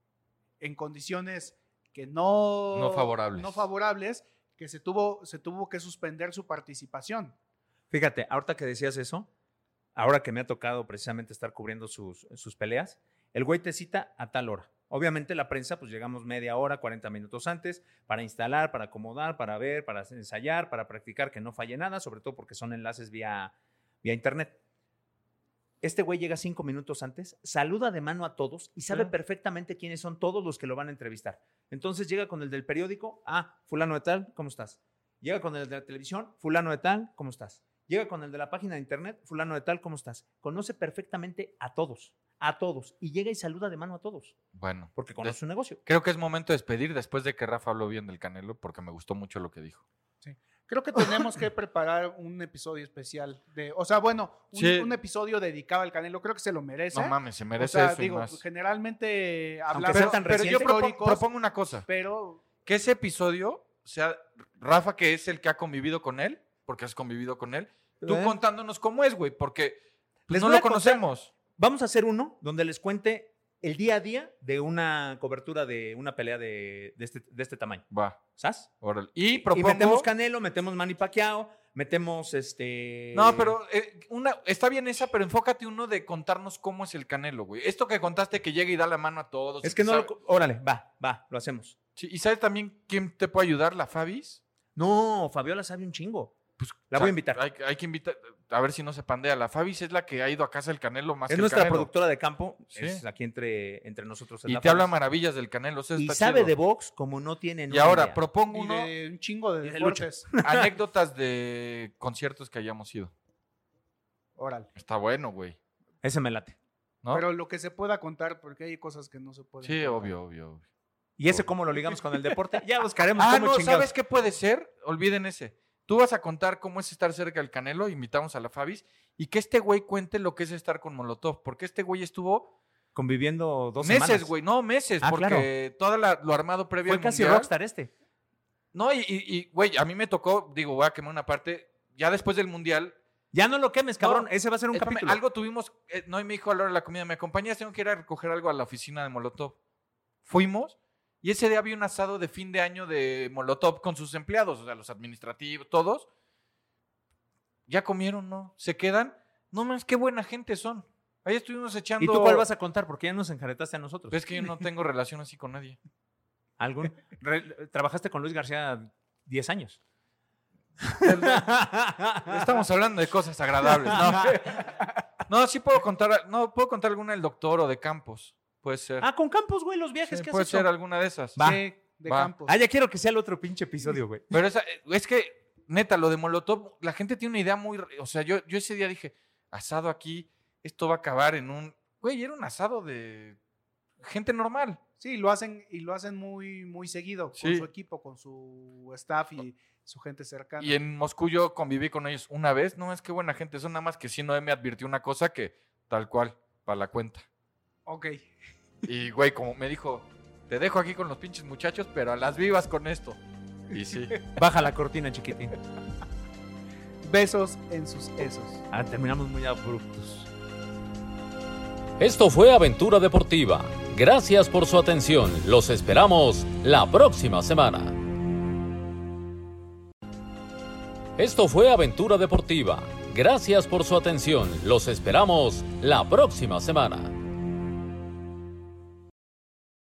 S4: en condiciones que no favorables, que se tuvo que suspender su participación.
S6: Fíjate, ahorita que decías eso, ahora que me ha tocado precisamente estar cubriendo sus peleas, el güey te cita a tal hora. Obviamente la prensa, pues llegamos media hora, 40 minutos antes, para instalar, para acomodar, para ver, para ensayar, para practicar, que no falle nada, sobre todo porque son enlaces vía internet. Este güey llega 5 minutos antes, saluda de mano a todos y sabe perfectamente quiénes son todos los que lo van a entrevistar. Entonces llega con el del periódico, fulano de tal, ¿cómo estás? Llega con el de la televisión, fulano de tal, ¿cómo estás? Llega con el de la página de internet, fulano de tal, ¿cómo estás? Conoce perfectamente a todos, y llega y saluda de mano a todos.
S5: Bueno.
S6: Porque conoce su negocio.
S5: Creo que es momento de despedir después de que Rafa habló bien del Canelo, porque me gustó mucho lo que dijo.
S4: Sí. Creo que tenemos que preparar un episodio especial un episodio dedicado al Canelo. Creo que se lo merece.
S5: No mames, se merece eso y más.
S4: Generalmente hablamos.
S5: Pero yo propongo una cosa.
S4: Pero
S5: que ese episodio sea Rafa, que es el que ha convivido con él, porque has convivido con él, tú contándonos cómo es, güey, porque no lo conocemos.
S6: Vamos a hacer uno donde les cuente el día a día de una cobertura de una pelea de este tamaño.
S5: Va.
S6: ¿Sabes?
S5: Órale.
S6: Y metemos Canelo, metemos Manny Pacquiao, metemos
S5: No, pero está bien esa, pero enfócate uno de contarnos cómo es el Canelo, güey. Esto que contaste que llega y da la mano a todos.
S6: Es que no órale, va, lo hacemos.
S5: Sí, ¿y sabes también quién te puede ayudar? ¿La Fabis?
S6: No, Fabiola sabe un chingo.
S5: Pues
S6: la voy a invitar.
S5: Hay que invitar, a ver si no se pandea. La Fabis es la que ha ido a casa del Canelo más que el
S6: nuestra
S5: Canelo.
S6: Productora de campo, ¿sí? Es aquí entre nosotros.
S5: Y te habla maravillas del Canelo.
S6: Y sabe de box como no tiene.
S5: Y ahora propongo
S4: un chingo de deportes.
S5: Anécdotas de conciertos que hayamos ido.
S4: Órale.
S5: Está bueno, güey.
S6: Ese me late.
S5: ¿No?
S4: Pero lo que se pueda contar, porque hay cosas que no se pueden
S5: contar.
S4: Obvio.
S6: ¿Y ese cómo lo ligamos con el deporte? Ya buscaremos cómo
S5: no,
S6: chingados.
S5: ¿sabes qué puede ser? Olviden ese. Tú vas a contar cómo es estar cerca del Canelo, invitamos a la Fabis, y que este güey cuente lo que es estar con Molotov, porque este güey estuvo
S6: conviviendo 2 semanas.
S5: Meses, güey, porque todo lo armado previo al
S6: Fue casi
S5: mundial.
S6: rockstar este.
S5: No, y güey, a mí me tocó, voy a quemar una parte, ya después del mundial.
S6: Ya no lo quemes, cabrón, ese va a ser un capítulo.
S5: Algo tuvimos, y me dijo a la hora de la comida, ¿me acompañas? Tengo que ir a recoger algo a la oficina de Molotov. Fuimos. Y ese día había un asado de fin de año de Molotov con sus empleados, o sea, los administrativos, todos. Ya comieron, ¿no? Se quedan. No más, qué buena gente son. Ahí estuvimos echando.
S6: ¿Y tú cuál vas a contar? Porque ya nos enjaretaste a nosotros.
S5: Es que yo no tengo relación así con nadie.
S6: Trabajaste con Luis García 10 años.
S5: Estamos hablando de cosas agradables, ¿no? No, sí puedo contar. No, puedo contar alguna del doctor o de Campos. Puede ser.
S6: Con Campos, güey, los viajes que has hecho.
S5: Puede ser alguna de esas.
S6: Va.
S4: Sí, de Campos.
S6: Ya quiero que sea el otro pinche episodio, güey.
S5: Pero es que, neta, lo de Molotov, la gente tiene una idea muy... O sea, yo ese día dije, asado aquí, esto va a acabar en un... Güey, era un asado de gente normal.
S4: Sí, lo hacen muy, muy seguido con su equipo, con su staff y su gente cercana.
S5: Y en Moscú yo conviví con ellos una vez. No, es que buena gente. Son nada más que si no me advirtió una cosa que tal cual, para la cuenta.
S4: Ok.
S5: Y, güey, como me dijo, te dejo aquí con los pinches muchachos, pero a las vivas con esto. Y sí.
S6: Baja la cortina, chiquitín.
S4: Besos en sus esos.
S6: Terminamos muy abruptos.
S1: Esto fue Aventura Deportiva. Gracias por su atención. Los esperamos la próxima semana. Esto fue Aventura Deportiva. Gracias por su atención. Los esperamos la próxima semana.